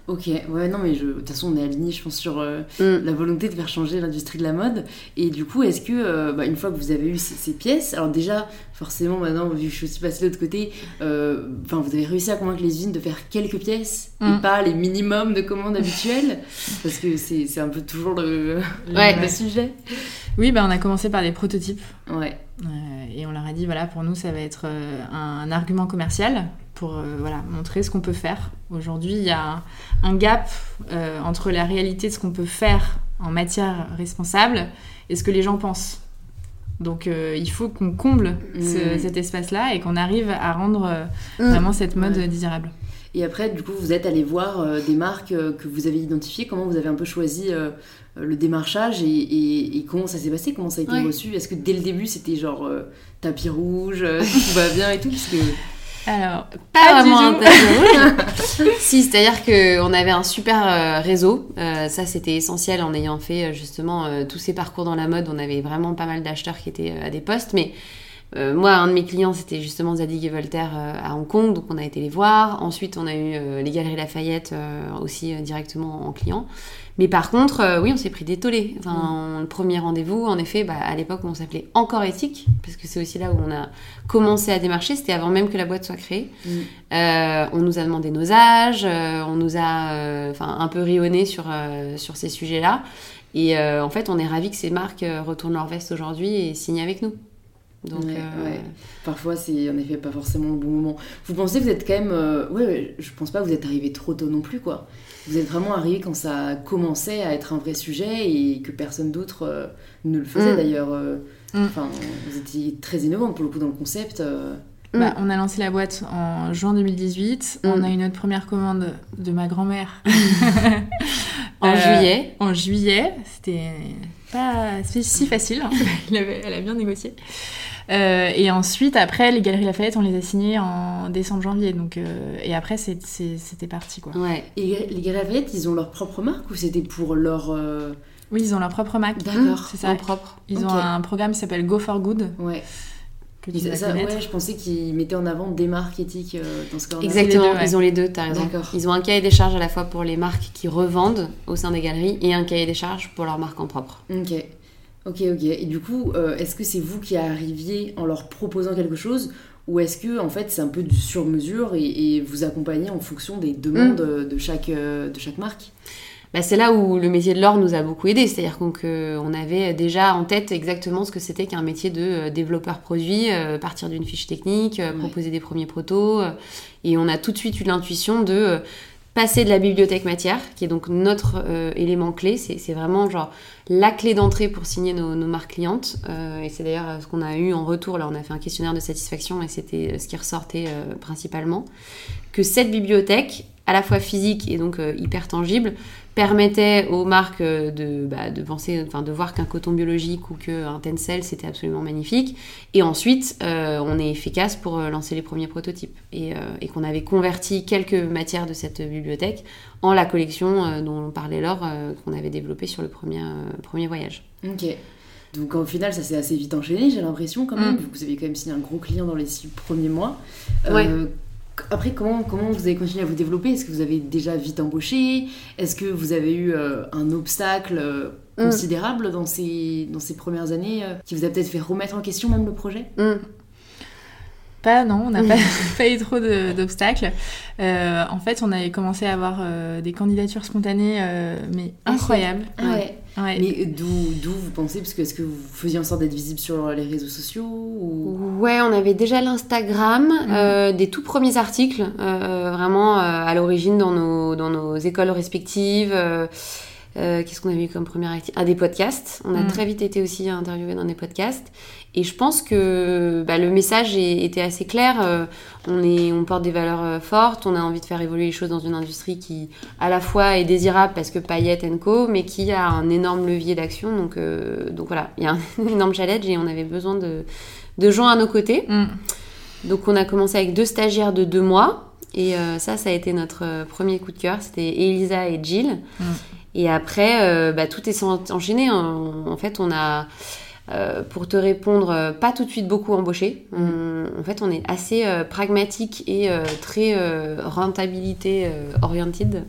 Ok, ouais, non, mais je... de toute façon, on est alignés, je pense, sur euh, mm. la volonté de faire changer l'industrie de la mode. Et du coup, est-ce que, euh, bah, une fois que vous avez eu ces, ces pièces, alors déjà, forcément, maintenant, vu que je suis passée de l'autre côté, euh, vous avez réussi à convaincre les usines de faire quelques pièces mm. et pas les minimums de commandes habituelles, parce que c'est, c'est un peu toujours le, ouais. le sujet. Oui, bah, on a commencé par des prototypes. Ouais. Euh, et on leur a dit, voilà, pour nous, ça va être euh, un, un argument commercial pour euh, voilà, montrer ce qu'on peut faire. Aujourd'hui, il y a un, un gap euh, entre la réalité de ce qu'on peut faire en matière responsable et ce que les gens pensent. Donc, euh, il faut qu'on comble ce, mmh. cet espace-là et qu'on arrive à rendre euh, mmh. vraiment cette mode ouais. désirable. Et après, du coup, vous êtes allé voir euh, des marques euh, que vous avez identifiées. Comment vous avez un peu choisi euh, le démarchage et, et, et comment ça s'est passé? Comment ça a été ouais. reçu? Est-ce que dès le début, c'était genre euh, tapis rouge, euh, tout va bien et tout? Parce que... Alors, pas, pas vraiment un tapis rouge. Si, c'est-à-dire qu'on avait un super euh, réseau. Euh, ça, c'était essentiel en ayant fait euh, justement euh, tous ces parcours dans la mode. On avait vraiment pas mal d'acheteurs qui étaient euh, à des postes. Mais euh, moi, un de mes clients, c'était justement Zadig et Voltaire euh, à Hong Kong. Donc, on a été les voir. Ensuite, on a eu euh, les Galeries Lafayette euh, aussi euh, directement en client. Mais par contre, euh, oui, on s'est pris des tollés. Enfin, mmh. Le premier rendez-vous, en effet, bah, à l'époque, on s'appelait Encore Éthique, parce que c'est aussi là où on a commencé à démarcher. C'était avant même que la boîte soit créée. Mmh. Euh, on nous a demandé nos âges, euh, on nous a euh, un peu rionné sur, euh, sur ces sujets-là. Et euh, en fait, on est ravis que ces marques retournent leur veste aujourd'hui et signent avec nous. Donc, ouais, euh... ouais. Parfois, c'est en effet pas forcément le bon moment. Vous pensez que vous êtes quand même... Euh... Ouais, je pense pas que vous êtes arrivé trop tôt non plus, quoi. Vous êtes vraiment arrivé quand ça commençait à être un vrai sujet et que personne d'autre euh, ne le faisait, mmh. d'ailleurs. Euh... Mmh. Enfin, vous étiez très innovante, pour le coup, dans le concept. Euh... Bah, on a lancé la boîte en juin deux mille dix-huit. Mmh. On a eu notre première commande de ma grand-mère. en euh, juillet. En juillet. C'était pas si facile. Hein. Elle, avait, elle a bien négocié. Euh, et ensuite, après, les Galeries Lafayette, on les a signés en décembre-janvier. Donc, euh, et après, c'est, c'est, c'était parti, quoi. Ouais. Et les Galeries Lafayette, ils ont leur propre marque ou c'était pour leur... Euh... Oui, ils ont leur propre marque. D'accord. C'est ça. En propre. Ils okay. ont un programme qui s'appelle Go for Good. Ouais. Que tu ça, ça, ouais, je pensais qu'ils mettaient en avant des marques éthiques euh, dans ce corner. Exactement, ils, deux, ouais. ils ont les deux, t'as raison. D'accord. Ils ont un cahier des charges à la fois pour les marques qui revendent au sein des galeries et un cahier des charges pour leurs marques en propre. Ok. Ok, ok. Et du coup, euh, est-ce que c'est vous qui arriviez en leur proposant quelque chose ou est-ce que en fait c'est un peu du sur-mesure et, et vous accompagnez en fonction des demandes mmh. de, chaque, euh, de chaque marque? Bah, c'est là où le métier de l'or nous a beaucoup aidé, c'est-à-dire qu'on euh, on avait déjà en tête exactement ce que c'était qu'un métier de euh, développeur produit, euh, partir d'une fiche technique, euh, ouais. proposer des premiers protos, euh, et on a tout de suite eu l'intuition de euh, passer de la bibliothèque matière, qui est donc notre euh, élément clé, c'est, c'est vraiment genre la clé d'entrée pour signer nos, nos marques clientes, euh, et c'est d'ailleurs ce qu'on a eu en retour, là on a fait un questionnaire de satisfaction et c'était ce qui ressortait euh, principalement, que cette bibliothèque, à la fois physique et donc euh, hyper tangible, permettait aux marques de, bah, de penser, enfin de voir qu'un coton biologique ou qu'un tencel c'était absolument magnifique, et ensuite euh, on est efficace pour lancer les premiers prototypes et, euh, et qu'on avait converti quelques matières de cette bibliothèque en la collection euh, dont on parlait Laure, euh, qu'on avait développée sur le premier, euh, premier voyage. Ok. Donc au final ça s'est assez vite enchaîné, j'ai l'impression quand même, mm. vu que vous avez quand même signé un gros client dans les six premiers mois. Ouais. Euh, Après, comment, comment vous avez continué à vous développer? Est-ce que vous avez déjà vite embauché? Est-ce que vous avez eu euh, un obstacle euh, considérable mm. dans, ces, dans ces premières années euh, qui vous a peut-être fait remettre en question même le projet? mm. Pas, non, on n'a pas, pas eu trop de, d'obstacles. Euh, en fait, on avait commencé à avoir euh, des candidatures spontanées, euh, mais incroyables. Ah ouais. Ouais. Mais d'où, d'où vous pensez? Parce que est-ce que vous faisiez en sorte d'être visible sur les réseaux sociaux ou... Ouais, on avait déjà l'Instagram, mmh. euh, des tout premiers articles, euh, vraiment euh, à l'origine dans nos, dans nos écoles respectives. Euh, euh, qu'est-ce qu'on avait eu comme première activité? Ah, des podcasts. On a mmh. très vite été aussi interviewés dans des podcasts. Et je pense que bah, le message est, était assez clair. Euh, on, est, on porte des valeurs euh, fortes, on a envie de faire évoluer les choses dans une industrie qui, à la fois, est désirable parce que Paillettes and Co, mais qui a un énorme levier d'action. Donc, euh, donc voilà, il y a un énorme challenge et on avait besoin de, de gens à nos côtés. Mm. Donc on a commencé avec deux stagiaires de deux mois. Et euh, ça, ça a été notre euh, premier coup de cœur. C'était Elisa et Jill. Mm. Et après, euh, bah, tout est enchaîné. En, en fait, on a... euh, pour te répondre, euh, pas tout de suite beaucoup embauché. On, en fait, on est assez euh, pragmatique et euh, très euh, rentabilité euh, oriented.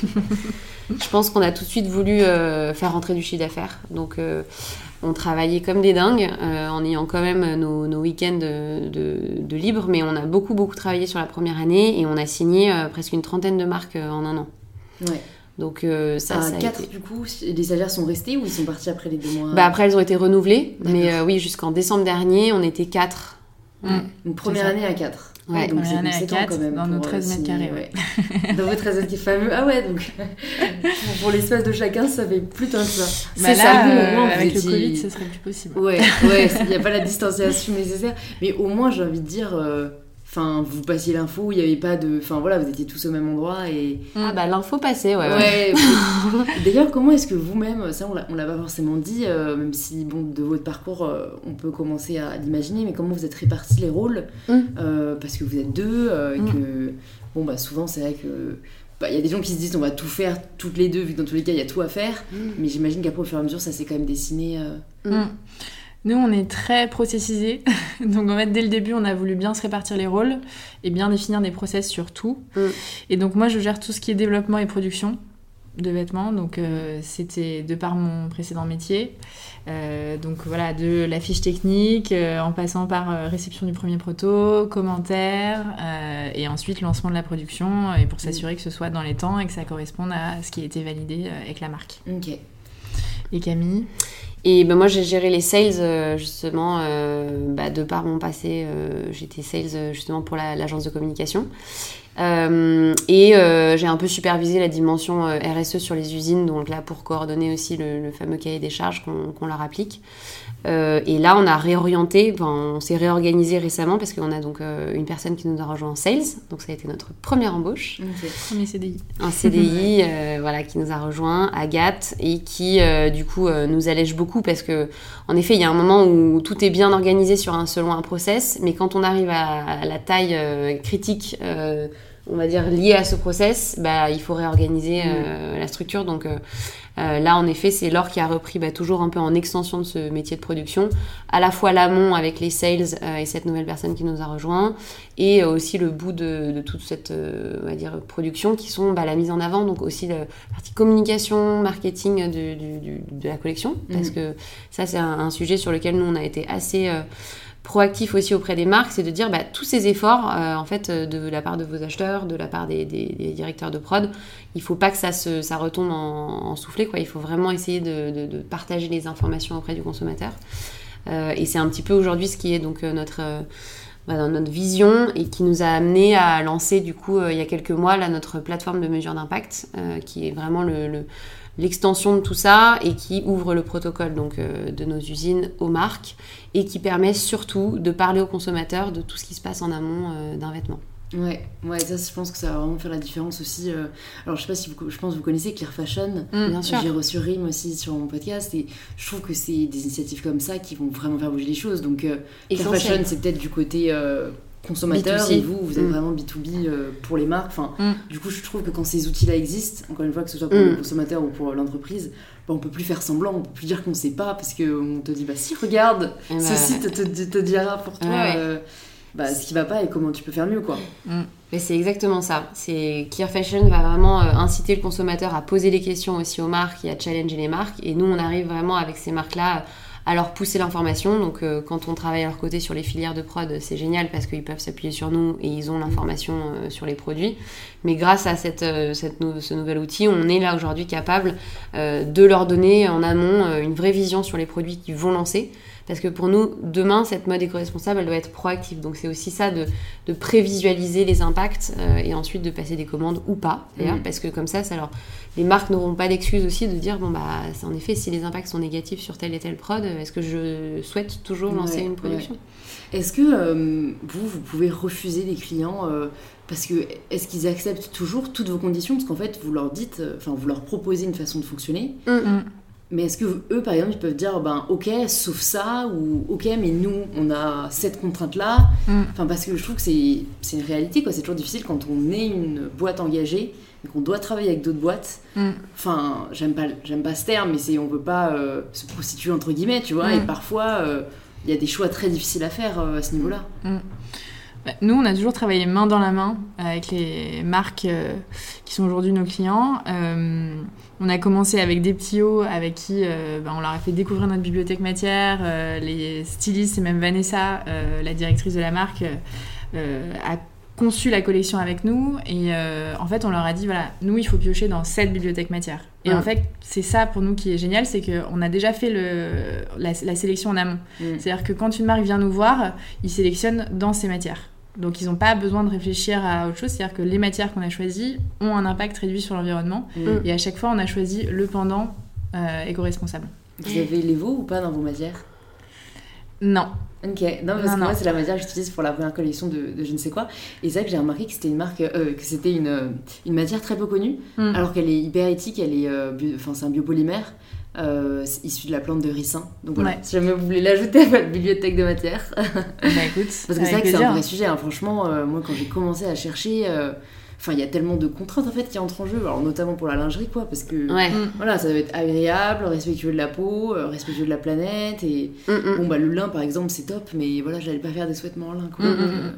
Je pense qu'on a tout de suite voulu euh, faire rentrer du chiffre d'affaires. Donc, euh, on travaillait comme des dingues, euh, en ayant quand même nos, nos week-ends de, de, de libre. Mais on a beaucoup, beaucoup travaillé sur la première année et on a signé euh, presque une trentaine de marques euh, en un an. Ouais. Donc, euh, ça, à ça a quatre, été... du coup, les stagiaires sont restés ou ils sont partis après les deux mois? Bah, après, elles ont été renouvelées. D'accord. Mais euh, oui, jusqu'en décembre dernier, on était quatre. Ouais. Une première année à quatre. Ouais, ouais, donc première année à quatre, quand même dans nos treize mètres carrés. Ouais. Dans vos treize mètres carrés fameux. Ah ouais, donc pour, pour l'espace de chacun, ça fait plus tant que ça. Bah c'est là, ça, euh, au moins, avec étiez... le Covid, ce serait plus possible. Ouais, ouais, il n'y a pas la distanciation nécessaire. Mais au moins, j'ai envie de dire, enfin, euh, vous passiez l'info, il n'y avait pas de... Enfin voilà, vous étiez tous au même endroit et... Ah bah l'info passait, ouais. Ouais. ouais. D'ailleurs, comment est-ce que vous-même, ça on l'a, on l'a pas forcément dit, euh, même si bon, de votre parcours, euh, on peut commencer à l'imaginer, mais comment vous êtes répartis les rôles Mm. euh, parce que vous êtes deux, euh, et Mm. que bon bah souvent c'est vrai que bah, y a des gens qui se disent on va tout faire toutes les deux vu que dans tous les cas il y a tout à faire, Mm. mais j'imagine qu'après au fur et à mesure ça s'est quand même dessiné. Euh... Mm. Nous, on est très processisés. Donc, en fait, dès le début, on a voulu bien se répartir les rôles et bien définir des process sur tout. Mm. Et donc, moi, je gère tout ce qui est développement et production de vêtements. Donc, euh, c'était de par mon précédent métier. Euh, donc, voilà, de la fiche technique, euh, en passant par euh, réception du premier proto, commentaires, euh, et ensuite lancement de la production, et pour s'assurer que ce soit dans les temps et que ça corresponde à ce qui a été validé euh, avec la marque. Ok. Et Camille ? Et ben moi j'ai géré les sales euh, justement euh, bah, de par mon passé, euh, j'étais sales justement pour la, l'agence de communication. Euh, et euh, j'ai un peu supervisé la dimension euh, R S E sur les usines, donc là pour coordonner aussi le, le fameux cahier des charges qu'on, qu'on leur applique. Euh, et là on a réorienté, ben, on s'est réorganisé récemment parce qu'on a donc euh, une personne qui nous a rejoint en sales, donc ça a été notre première embauche. Okay. Premier C D I. Un C D I euh, voilà, qui nous a rejoint, Agathe, et qui euh, du coup euh, nous allège beaucoup parce que en effet il y a un moment où tout est bien organisé sur un, selon un process, mais quand on arrive à, à la taille euh, critique euh, on va dire liée à ce process, bah, il faut réorganiser euh, mmh. la structure. Donc euh, euh, là en effet c'est Laure qui a repris bah, toujours un peu en extension de ce métier de production, à la fois l'amont avec les sales euh, et cette nouvelle personne qui nous a rejoint, et euh, aussi le bout de, de toute cette euh, on va dire, production qui sont bah, la mise en avant, donc aussi la partie communication, marketing de, de, de, de la collection, parce mmh. que ça c'est un, un sujet sur lequel nous on a été assez... Euh, proactif aussi auprès des marques, c'est de dire bah, tous ces efforts euh, en fait de la part de vos acheteurs, de la part des, des, des directeurs de prod, il faut pas que ça, se, ça retombe en, en soufflé, quoi. Il faut vraiment essayer de, de, de partager les informations auprès du consommateur. Euh, et c'est un petit peu aujourd'hui ce qui est donc notre, euh, bah, dans notre vision et qui nous a amené à lancer du coup euh, il y a quelques mois là, notre plateforme de mesure d'impact euh, qui est vraiment le, le l'extension de tout ça et qui ouvre le protocole donc, euh, de nos usines aux marques et qui permet surtout de parler aux consommateurs de tout ce qui se passe en amont euh, d'un vêtement. Ouais, ouais, ça je pense que ça va vraiment faire la différence aussi. Euh... Alors je sais pas si vous, je pense que vous connaissez Clear Fashion. Mmh, bien sûr. J'ai reçu Rim aussi sur mon podcast et je trouve que c'est des initiatives comme ça qui vont vraiment faire bouger les choses. Donc euh, Clear Fashion c'est peut-être du côté euh, consommateur B deux C. Et vous, vous êtes mmh. vraiment B deux B euh, pour les marques. Enfin, mmh. du coup je trouve que quand ces outils-là existent, encore une fois que ce soit pour mmh. le consommateur ou pour l'entreprise, bah, on peut plus faire semblant, on peut plus dire qu'on sait pas parce qu'on te dit bah si regarde, bah, ce site te, te, te dira pour toi ouais. euh, bah, ce qui va pas et comment tu peux faire mieux quoi. Mmh. Mais c'est exactement ça. C'est Clear Fashion va vraiment euh, inciter le consommateur à poser des questions aussi aux marques et à challenger les marques. Et nous, on arrive vraiment avec ces marques-là à leur pousser l'information. Donc, euh, quand on travaille à leur côté sur les filières de prod, c'est génial parce qu'ils peuvent s'appuyer sur nous et ils ont l'information euh, sur les produits. Mais grâce à cette, euh, cette nou- ce nouvel outil, on est là aujourd'hui capable euh, de leur donner en amont euh, une vraie vision sur les produits qu'ils vont lancer. Parce que pour nous, demain, cette mode éco-responsable, elle doit être proactive. Donc c'est aussi ça de, de prévisualiser les impacts euh, et ensuite de passer des commandes ou pas, d'ailleurs, mmh. parce que comme ça, ça leur... les marques n'auront pas d'excuse aussi de dire, bon, bah, c'est en effet, si les impacts sont négatifs sur telle et telle prod, est-ce que je souhaite toujours lancer ouais, une production ouais. Est-ce que euh, vous, vous pouvez refuser des clients euh, parce que est-ce qu'ils acceptent toujours toutes vos conditions? Parce qu'en fait, vous leur dites, enfin, vous leur proposez une façon de fonctionner. Mmh. Mais est-ce que eux, par exemple, ils peuvent dire, ben, ok, sauf ça, ou ok, mais nous, on a cette contrainte-là. Mm. Enfin, parce que je trouve que c'est, c'est une réalité, quoi. C'est toujours difficile quand on est une boîte engagée et qu'on doit travailler avec d'autres boîtes. Mm. Enfin, j'aime pas, j'aime pas ce terme, mais c'est, on veut pas euh, se prostituer, entre guillemets, tu vois. Mm. Et parfois, il euh, y a des choix très difficiles à faire euh, à ce niveau-là. Mm. Nous, on a toujours travaillé main dans la main avec les marques euh, qui sont aujourd'hui nos clients. Euh, on a commencé avec des petits hauts avec qui euh, ben, on leur a fait découvrir notre bibliothèque matière. Euh, les stylistes et même Vanessa, euh, la directrice de la marque, euh, a conçu la collection avec nous. Et euh, en fait, on leur a dit, voilà, nous, il faut piocher dans cette bibliothèque matière. Et mmh. en fait, c'est ça pour nous qui est génial, c'est qu'on a déjà fait le, la, la sélection en amont. Mmh. C'est-à-dire que quand une marque vient nous voir, ils sélectionnent dans ces matières. Donc, ils n'ont pas besoin de réfléchir à autre chose. C'est-à-dire que les matières qu'on a choisies ont un impact réduit sur l'environnement. Mmh. Et à chaque fois, on a choisi le pendant euh, éco-responsable. Vous avez l'Evo ou pas dans vos matières ? Non. Ok, non, parce non, que non. moi, c'est la matière que j'utilise pour la première collection de, de je ne sais quoi. Et c'est vrai que j'ai remarqué que c'était une marque, euh, que c'était une, une matière très peu connue, mmh. alors qu'elle est hyper éthique, elle est, euh, bio, enfin, c'est un biopolymère. Euh, c'est issu de la plante de ricin. Donc voilà, ouais. si jamais vous voulez l'ajouter à votre bibliothèque de matière. Bah écoute, parce que c'est vrai que c'est un vrai sujet. Hein. Franchement, euh, moi quand j'ai commencé à chercher, enfin euh, il y a tellement de contraintes en fait qui entrent en jeu. Alors notamment pour la lingerie quoi, parce que ouais. voilà, ça doit être agréable, respectueux de la peau, euh, respectueux de la planète. Et mm-hmm. bon bah le lin par exemple c'est top, mais voilà j'allais pas faire des sous-vêtements en lin quoi. Mm-hmm. Donc, euh,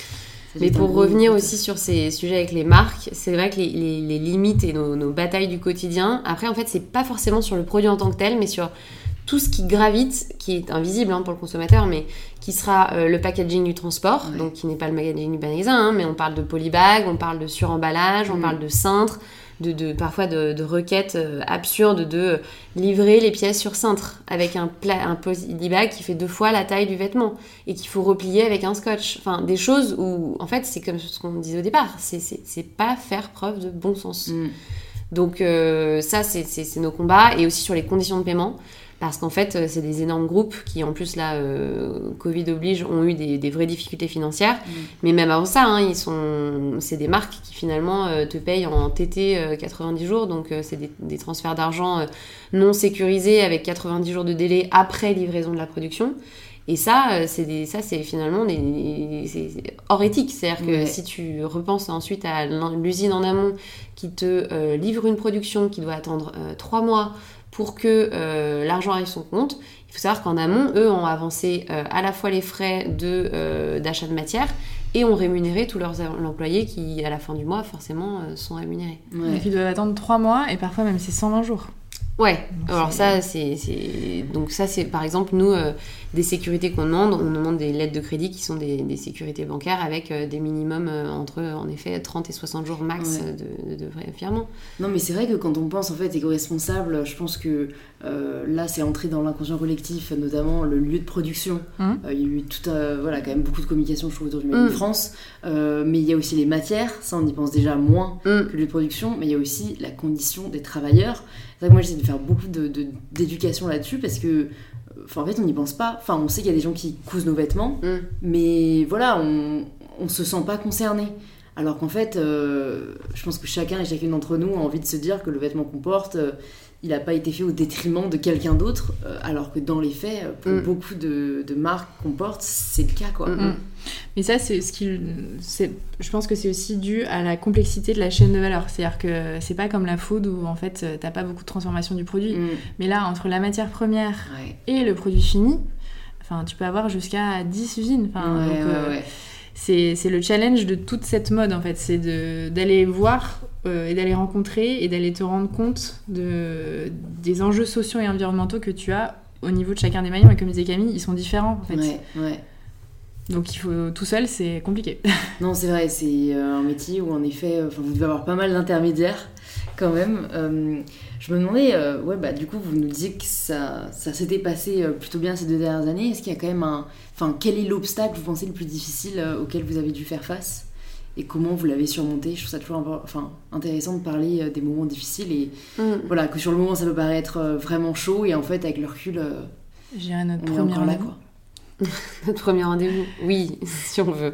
mais pour revenir aussi sur ces sujets avec les marques, c'est vrai que les, les, les limites et nos, nos batailles du quotidien, après en fait c'est pas forcément sur le produit en tant que tel, mais sur tout ce qui gravite, qui est invisible hein, pour le consommateur, mais qui sera euh, le packaging du transport, ouais. donc qui n'est pas le packaging du magasin, hein, mais on parle de polybag, on parle de suremballage, on mmh. parle de cintre, de, de, parfois de, de requêtes euh, absurdes de livrer les pièces sur cintre avec un, pla- un polybag qui fait deux fois la taille du vêtement et qu'il faut replier avec un scotch. Enfin, des choses où, en fait, c'est comme ce qu'on disait au départ, c'est, c'est, c'est pas faire preuve de bon sens. Mmh. Donc euh, ça, c'est, c'est, c'est nos combats. Et aussi sur les conditions de paiement. Parce qu'en fait, c'est des énormes groupes qui, en plus, là, euh, Covid oblige, ont eu des, des vraies difficultés financières. Mmh. Mais même avant ça, hein, ils sont... c'est des marques qui, finalement, euh, te payent en T T euh, quatre-vingt-dix jours. Donc, euh, c'est des, des transferts d'argent euh, non sécurisés avec quatre-vingt-dix jours de délai après livraison de la production. Et ça, euh, c'est, des, ça, c'est finalement des, c'est, c'est hors éthique. C'est-à-dire que ouais. si tu repenses ensuite à l'usine en amont qui te euh, livre une production qui doit attendre euh, trois mois pour que euh, l'argent arrive sur son compte, il faut savoir qu'en amont, eux ont avancé euh, à la fois les frais de, euh, d'achat de matière et ont rémunéré tous leurs employés qui, à la fin du mois, forcément, euh, sont rémunérés. Ouais. Donc ils doivent attendre trois mois et parfois même c'est cent vingt jours. Ouais, donc alors c'est... ça, c'est, c'est... Donc ça, c'est par exemple, nous, euh, des sécurités qu'on demande, on demande des lettres de crédit qui sont des, des sécurités bancaires avec euh, des minimums euh, entre, en effet, trente et soixante jours max ouais. de, de, de vrai virement. Non, mais c'est vrai que quand on pense, en fait, éco-responsable, je pense que euh, là, c'est entré dans l'inconscient collectif, notamment le lieu de production. Mmh. Euh, il y a eu tout, euh, voilà, quand même beaucoup de communication, je trouve, autour du Made in France. Euh, mais il y a aussi les matières, ça, on y pense déjà moins mmh. que le lieu de production, mais il y a aussi la condition des travailleurs. C'est vrai que moi j'essaie de faire beaucoup de, de, d'éducation là-dessus parce que en fait on n'y pense pas, enfin on sait qu'il y a des gens qui cousent nos vêtements mm. mais voilà on, on se sent pas concerné alors qu'en fait euh, je pense que chacun et chacune d'entre nous a envie de se dire que le vêtement qu'on porte euh, il n'a pas été fait au détriment de quelqu'un d'autre euh, alors que dans les faits pour mm. beaucoup de, de marques qu'on porte c'est le cas quoi. Mm-hmm. Mais ça c'est ce qui c'est, je pense que c'est aussi dû à la complexité de la chaîne de valeur, c'est-à-dire que c'est pas comme la food où en fait t'as pas beaucoup de transformation du produit mm. mais là entre la matière première ouais. et le produit fini enfin tu peux avoir jusqu'à dix usines enfin ouais, donc ouais, euh, ouais. C'est, c'est le challenge de toute cette mode en fait, c'est de, d'aller voir euh, et d'aller rencontrer et d'aller te rendre compte de, des enjeux sociaux et environnementaux que tu as au niveau de chacun des maillons et comme disait Camille, ils sont différents en fait. Ouais, ouais. Donc il faut tout seul, c'est compliqué. Non, c'est vrai, c'est un métier où en effet, enfin, vous devez avoir pas mal d'intermédiaires quand même. Euh, je me demandais, euh, ouais, bah du coup, vous nous disiez que ça, ça s'était passé plutôt bien ces deux dernières années. Est-ce qu'il y a quand même un, enfin, quel est l'obstacle vous pensez le plus difficile euh, auquel vous avez dû faire face et comment vous l'avez surmonté? Je trouve ça toujours, enfin, intéressant de parler euh, des moments difficiles et mm. voilà que sur le moment ça peut paraître euh, vraiment chaud et en fait avec le recul, euh, j'ai un autre on premier est encore là quoi. Notre premier rendez-vous, oui, si on veut.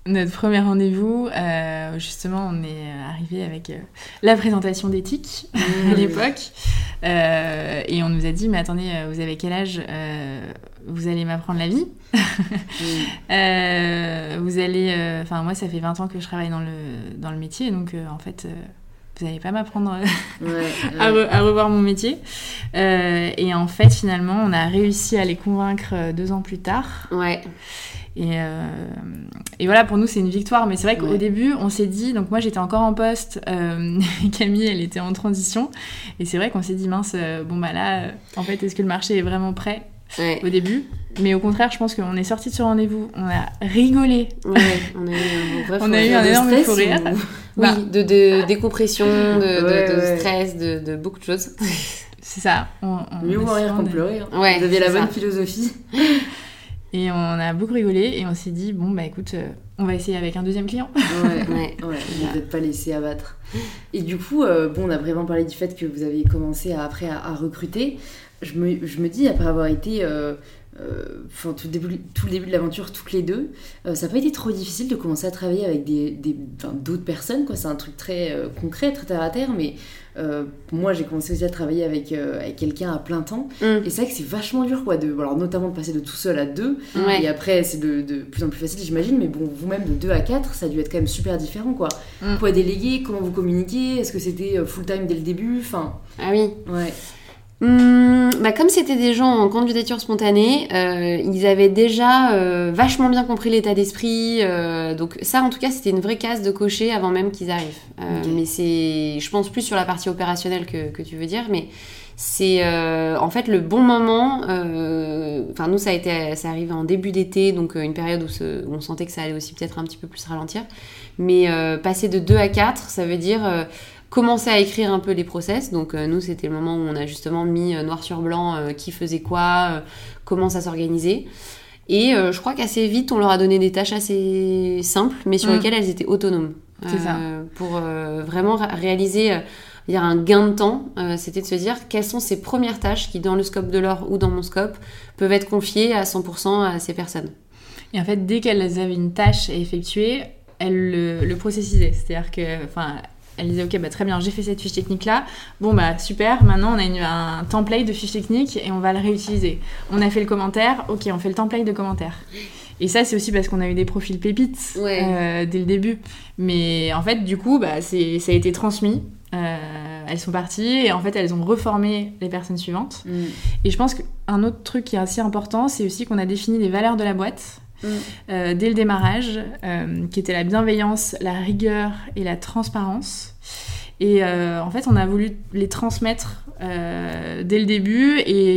Notre premier rendez-vous, euh, justement, on est arrivé avec euh, la présentation d'éthique mmh. à l'époque. Euh, et on nous a dit, mais attendez, vous avez quel âge euh, vous allez m'apprendre la vie. mmh. euh, vous allez... Enfin, euh, moi, ça fait vingt ans que je travaille dans le, dans le métier, donc euh, en fait... Euh, vous n'allez pas m'apprendre ouais, ouais. à, re- à revoir mon métier. Euh, et en fait, finalement, on a réussi à les convaincre deux ans plus tard. Ouais. Et, euh, et voilà, pour nous, c'est une victoire. Mais c'est vrai qu'au ouais. début, on s'est dit... Donc moi, j'étais encore en poste. Euh, Camille, elle était en transition. Et c'est vrai qu'on s'est dit, mince, euh, bon, bah là, euh, en fait, est-ce que le marché est vraiment prêt ouais. au début ? Mais au contraire, je pense qu'on est sortis de ce rendez-vous. On a rigolé. Ouais, on a eu un, vrai on a eu un énorme fou rire. Ou... Oui, bah. de, de décompression, de, ouais, de, de ouais. stress, de, de beaucoup de choses. C'est ça. On, on Mieux voir rire qu'en pleurer. Hein. Ouais, vous aviez la ça. bonne philosophie. Et on a beaucoup rigolé et on s'est dit, bon, bah écoute, euh, on va essayer avec un deuxième client. Ouais, ouais, ouais. On ne peut pas laisser abattre. Et du coup, euh, bon, on a vraiment parlé du fait que vous avez commencé à, après à, à recruter. Je me, je me dis, après avoir été... Euh, Euh, enfin, tout, le début, tout le début de l'aventure toutes les deux, euh, ça n'a pas été trop difficile de commencer à travailler avec des, des, enfin, d'autres personnes, quoi. C'est un truc très euh, concret, très terre à terre, mais euh, moi j'ai commencé aussi à travailler avec, euh, avec quelqu'un à plein temps mm. et c'est vrai que c'est vachement dur, quoi, de, alors, notamment de passer de tout seul à deux ouais. et après c'est de, de plus en plus facile, j'imagine, mais bon, vous-même de deux à quatre, ça a dû être quand même super différent, quoi. Mm. Quoi déléguer, comment vous communiquer, est-ce que c'était full time dès le début, enfin... Ah oui. Ouais. Mmh, bah comme c'était des gens en candidature spontanée, euh, ils avaient déjà euh, vachement bien compris l'état d'esprit. Euh, donc ça, en tout cas, c'était une vraie case de cocher avant même qu'ils arrivent. Euh, okay. Mais c'est, je pense plus sur la partie opérationnelle que, que tu veux dire, mais c'est euh, en fait le bon moment. Enfin, euh, nous, ça a été, ça arrivé en début d'été, donc euh, une période où, ce, où on sentait que ça allait aussi peut-être un petit peu plus ralentir. Mais euh, passer de deux à quatre, ça veut dire euh, commencer à écrire un peu les process. Donc euh, nous, c'était le moment où on a justement mis euh, noir sur blanc euh, qui faisait quoi, euh, comment ça s'organisait. Et euh, je crois qu'assez vite, on leur a donné des tâches assez simples, mais sur mmh. lesquelles elles étaient autonomes. C'est euh, ça. Pour euh, vraiment réaliser... Euh, il y a un gain de temps, euh, c'était de se dire quelles sont ces premières tâches qui, dans le scope de l'or ou dans mon scope, peuvent être confiées à cent pour cent à ces personnes. Et en fait, dès qu'elles avaient une tâche à effectuer, elles le, le processisaient. C'est-à-dire que, enfin, elles disaient, ok, bah, très bien, j'ai fait cette fiche technique-là. Bon, bah, super, maintenant on a une, un template de fiche technique et on va le réutiliser. On a fait le commentaire, ok, on fait le template de commentaire. Et ça, c'est aussi parce qu'on a eu des profils pépites ouais. euh, dès le début. Mais en fait, du coup, bah, c'est, ça a été transmis. Euh, elles sont parties et en fait elles ont reformé les personnes suivantes. Mm. Et je pense qu'un autre truc qui est assez important, c'est aussi qu'on a défini les valeurs de la boîte mm. euh, dès le démarrage, euh, qui étaient la bienveillance, la rigueur et la transparence. Et euh, en fait, on a voulu les transmettre euh, dès le début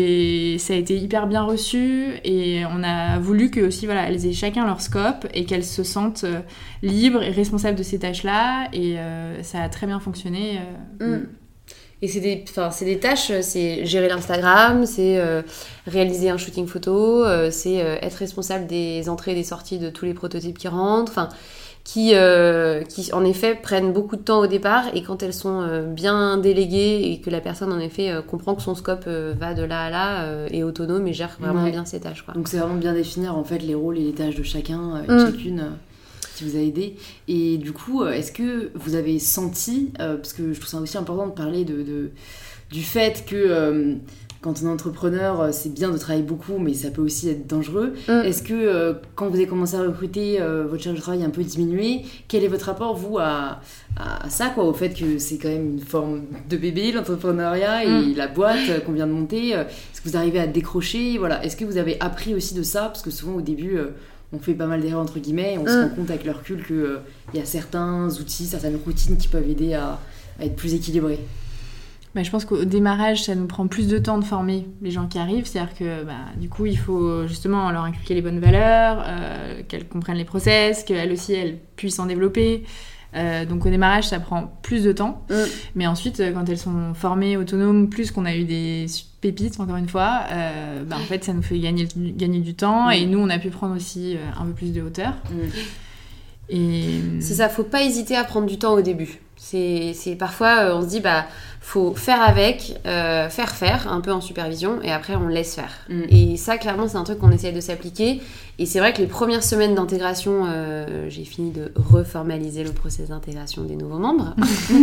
et ça a été hyper bien reçu. Et on a voulu que aussi, voilà, elles aient chacun leur scope et qu'elles se sentent euh, libres et responsables de ces tâches-là. Et euh, ça a très bien fonctionné. Euh, mmh. Et c'est des, c'est des tâches, c'est gérer l'Instagram, c'est euh, réaliser un shooting photo, euh, c'est euh, être responsable des entrées et des sorties de tous les prototypes qui rentrent. Enfin. Qui, euh, qui, en effet, prennent beaucoup de temps au départ et quand elles sont euh, bien déléguées et que la personne, en effet, euh, comprend que son scope euh, va de là à là, euh, est autonome et gère vraiment ouais. bien ses tâches, quoi. Donc, c'est vraiment bien définir, en fait, les rôles et les tâches de chacun, euh, mm. chacune, euh, qui vous a aidé. Et du coup, euh, est-ce que vous avez senti, euh, parce que je trouve ça aussi important de parler de, de, du fait que... Euh, quand on est entrepreneur, c'est bien de travailler beaucoup, mais ça peut aussi être dangereux. Mm. Est-ce que, euh, quand vous avez commencé à recruter, euh, votre charge de travail a un peu diminué ? Quel est votre rapport, vous, à, à, à ça, quoi, au fait que c'est quand même une forme de bébé, l'entrepreneuriat, et mm. la boîte qu'on vient de monter ? Est-ce que vous arrivez à décrocher ? Voilà. Est-ce que vous avez appris aussi de ça ? Parce que souvent, au début, euh, on fait pas mal d'erreurs, entre guillemets, et on mm. se rend compte avec le recul qu'il euh, y a certains outils, certaines routines qui peuvent aider à, à être plus équilibrés. Bah, je pense qu'au démarrage, ça nous prend plus de temps de former les gens qui arrivent. C'est-à-dire que bah, du coup, il faut justement leur inculquer les bonnes valeurs, euh, qu'elles comprennent les process, qu'elles aussi, elles puissent en développer. Euh, donc au démarrage, ça prend plus de temps. Mm. Mais ensuite, quand elles sont formées, autonomes, plus qu'on a eu des pépites, encore une fois, euh, bah, en fait, ça nous fait gagner, gagner du temps. Mm. Et nous, on a pu prendre aussi euh, un peu plus de hauteur. Mm. Et... C'est ça, faut pas hésiter à prendre du temps au début. C'est, c'est parfois, euh, on se dit, bah, faut faire avec, euh, faire faire, un peu en supervision, et après on laisse faire. Mm. Et ça, clairement, c'est un truc qu'on essaye de s'appliquer. Et c'est vrai que les premières semaines d'intégration, euh, j'ai fini de reformaliser le process d'intégration des nouveaux membres.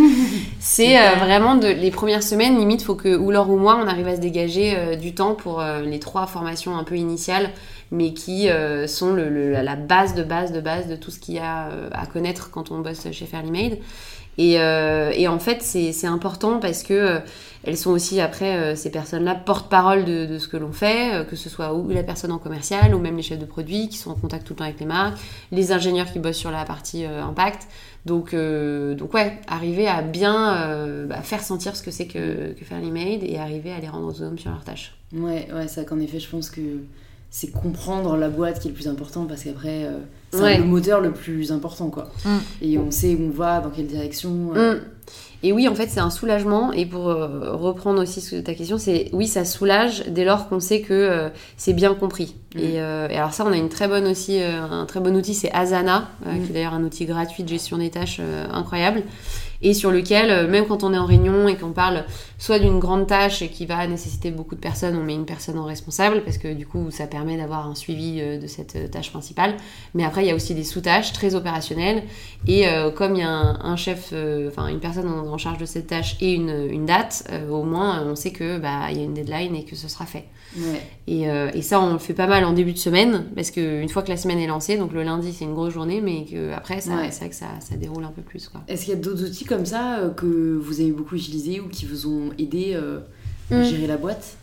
C'est euh, vraiment de, les premières semaines, limite, faut que ou Laure ou moi, on arrive à se dégager euh, du temps pour euh, les trois formations un peu initiales, mais qui euh, sont le, le, la base de base de base de tout ce qu'il y a euh, à connaître quand on bosse chez Fairly Made. Et, euh, et en fait, c'est, c'est important parce que euh, elles sont aussi, après, euh, ces personnes-là, porte-parole de, de ce que l'on fait, euh, que ce soit ou la personne en commercial, ou même les chefs de produits qui sont en contact tout le temps avec les marques, les ingénieurs qui bossent sur la partie euh, impact. Donc, euh, donc ouais, arriver à bien euh, bah, faire sentir ce que c'est que, que Fairly Made et arriver à les rendre autonomes sur leurs tâches. Ouais, ouais, c'est vrai qu'en effet, je pense que c'est comprendre la boîte qui est le plus important, parce qu'après, euh, c'est ouais. le moteur le plus important, quoi. Mm. Et on sait où on va, dans quelle direction. Euh... Mm. Et oui, en fait, c'est un soulagement. Et pour euh, reprendre aussi ta question, c'est oui, ça soulage dès lors qu'on sait que euh, c'est bien compris. Mm. Et, euh, et alors ça, on a une très bonne aussi, euh, un très bon outil, c'est Asana, euh, mm. qui est d'ailleurs un outil gratuit de gestion des tâches euh, incroyable. Et sur lequel, euh, même quand on est en réunion et qu'on parle soit d'une grande tâche qui va nécessiter beaucoup de personnes, on met une personne en responsable, parce que du coup, ça permet d'avoir un suivi euh, de cette tâche principale. Mais après, il y a aussi des sous-tâches très opérationnelles. Et euh, comme il y a un, un chef, enfin euh, une personne en, en charge de cette tâche et une, une date, euh, au moins, on sait que bah, y a une deadline et que ce sera fait. Ouais. Et, euh, et ça, on le fait pas mal en début de semaine, parce qu'une fois que la semaine est lancée, donc le lundi, c'est une grosse journée, mais que après, ça, ouais. c'est vrai que ça, ça déroule un peu plus, quoi. Est-ce qu'il y a d'autres outils comme ça euh, que vous avez beaucoup utilisés ou qui vous ont aidé euh, à mmh. gérer la boîte?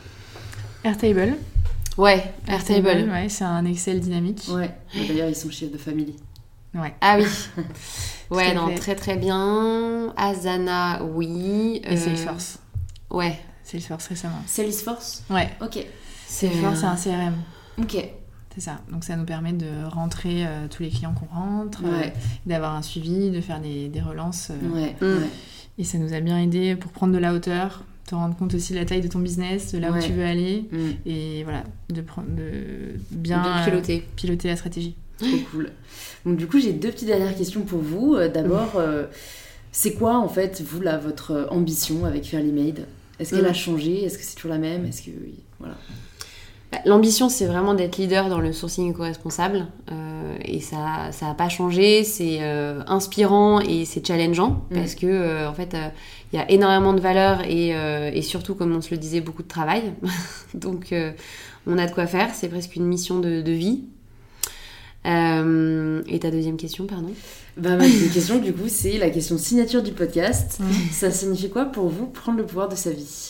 Airtable. Ouais, Airtable. Airtable, ouais, c'est un Excel dynamique. Ouais, d'ailleurs, ils sont chefs de famille. Ouais. Ah oui. Ouais, non, fait. très très bien. Asana, oui. Et euh... Salesforce. Ouais. Salesforce récemment. Salesforce? Ouais. Ok. Salesforce, c'est un C R M. Ok. C'est ça. Donc ça nous permet de rentrer euh, tous les clients qu'on rentre, ouais. euh, d'avoir un suivi, de faire des, des relances. Euh, ouais. Mmh. ouais. Et ça nous a bien aidé pour prendre de la hauteur, te rendre compte aussi de la taille de ton business, de là ouais. où tu veux aller, mmh. et voilà, de, de bien de piloter. Euh, piloter la stratégie. Trop cool. Donc du coup, j'ai deux petites dernières questions pour vous. Euh, d'abord, mmh. euh, c'est quoi en fait, vous là, votre ambition avec Fairly Made? Est-ce qu'elle mmh. a changé? Est-ce que c'est toujours la même? Est-ce que voilà. L'ambition, c'est vraiment d'être leader dans le sourcing éco-responsable, euh, et ça ça a pas changé. C'est euh, inspirant et c'est challengeant, mmh. parce que euh, en fait il euh, y a énormément de valeur et, euh, et surtout, comme on se le disait, beaucoup de travail. Donc euh, on a de quoi faire. C'est presque une mission de, de vie. Euh, et ta deuxième question, pardon? Bah, ma deuxième question, du coup, c'est la question signature du podcast. Mmh. Ça signifie quoi pour vous, prendre le pouvoir de sa vie?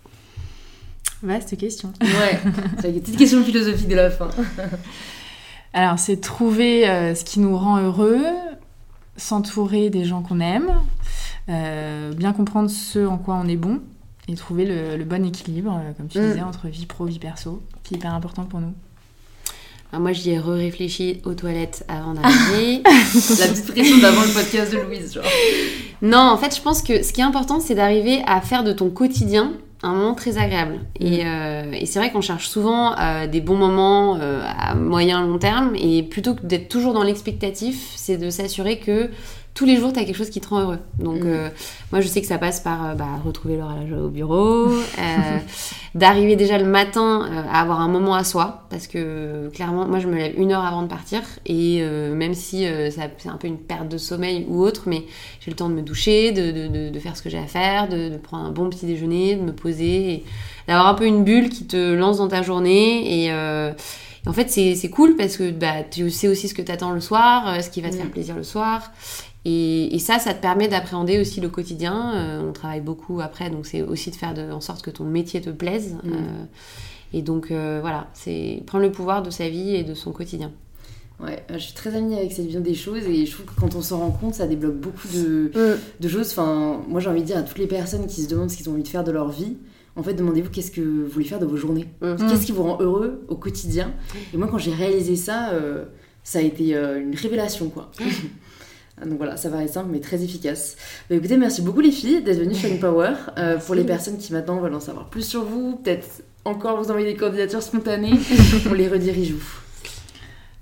Vaste question. Ouais, c'est une petite question philosophique de la fin. Alors, c'est trouver euh, ce qui nous rend heureux, s'entourer des gens qu'on aime, euh, bien comprendre ce en quoi on est bon, et trouver le, le bon équilibre, euh, comme tu mmh. disais, entre vie pro, vie perso, qui est hyper important pour nous. Alors moi, j'y ai re-réfléchi aux toilettes avant d'arriver. La petite pression d'avant le podcast de Louise, genre. Non, en fait, je pense que ce qui est important, c'est d'arriver à faire de ton quotidien un moment très agréable. Mmh. Et, euh, et c'est vrai qu'on cherche souvent euh, des bons moments euh, à moyen long terme, et plutôt que d'être toujours dans l'expectatif, c'est de s'assurer que tous les jours, tu as quelque chose qui te rend heureux. Donc, mmh. euh, moi, je sais que ça passe par euh, bah, retrouver l'heure à la joie au bureau, euh, d'arriver déjà le matin euh, à avoir un moment à soi, parce que clairement, moi, je me lève une heure avant de partir, et euh, même si euh, ça, c'est un peu une perte de sommeil ou autre, mais j'ai le temps de me doucher, de, de, de, de faire ce que j'ai à faire, de, de prendre un bon petit déjeuner, de me poser, et d'avoir un peu une bulle qui te lance dans ta journée. Et... Euh, En fait, c'est, c'est cool parce que bah, tu sais aussi ce que t'attends le soir, euh, ce qui va te mmh. faire plaisir le soir. Et, et ça, ça te permet d'appréhender aussi le quotidien. Euh, on travaille beaucoup après, donc c'est aussi de faire de, en sorte que ton métier te plaise. Mmh. Euh, et donc, euh, voilà, c'est prendre le pouvoir de sa vie et de son quotidien. Ouais, je suis très amie avec cette vision des choses, et je trouve que quand on s'en rend compte, ça débloque beaucoup de, mmh. de choses. Enfin, moi, j'ai envie de dire à toutes les personnes qui se demandent ce qu'ils ont envie de faire de leur vie, en fait, demandez-vous qu'est-ce que vous voulez faire de vos journées. Mmh. Qu'est-ce qui vous rend heureux au quotidien. Et moi, quand j'ai réalisé ça, euh, ça a été euh, une révélation, quoi. Donc voilà, ça va être simple, mais très efficace. Bah, écoutez, merci beaucoup les filles d'être venues sur InPower. Euh, pour les personnes qui maintenant veulent en savoir plus sur vous, peut-être encore vous envoyer des candidatures spontanées, on les redirige où?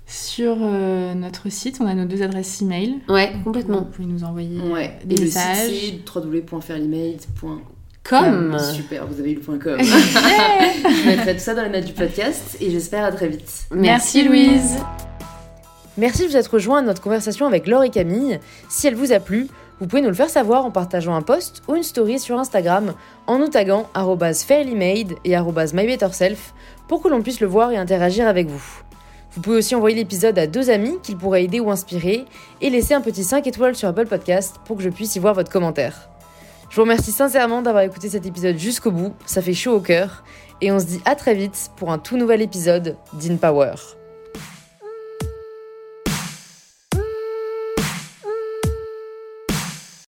Sur euh, notre site, on a nos deux adresses email. Ouais, complètement. Vous pouvez nous envoyer ouais. des Et messages. Le site, c'est w w w point fairlymaid point com. Super, vous avez eu le point .com. Je mettrai tout ça dans les notes du podcast et j'espère à très vite. Merci, Merci Louise. Merci de vous être rejoint à notre conversation avec Laure et Camille. Si elle vous a plu, vous pouvez nous le faire savoir en partageant un post ou une story sur Instagram en nous taguant arobase fairlymaid et arobase mybetterself pour que l'on puisse le voir et interagir avec vous. Vous pouvez aussi envoyer l'épisode à deux amis qu'il pourrait aider ou inspirer et laisser un petit cinq étoiles sur Apple Podcast pour que je puisse y voir votre commentaire. Je vous remercie sincèrement d'avoir écouté cet épisode jusqu'au bout, ça fait chaud au cœur, et on se dit à très vite pour un tout nouvel épisode d'InPower.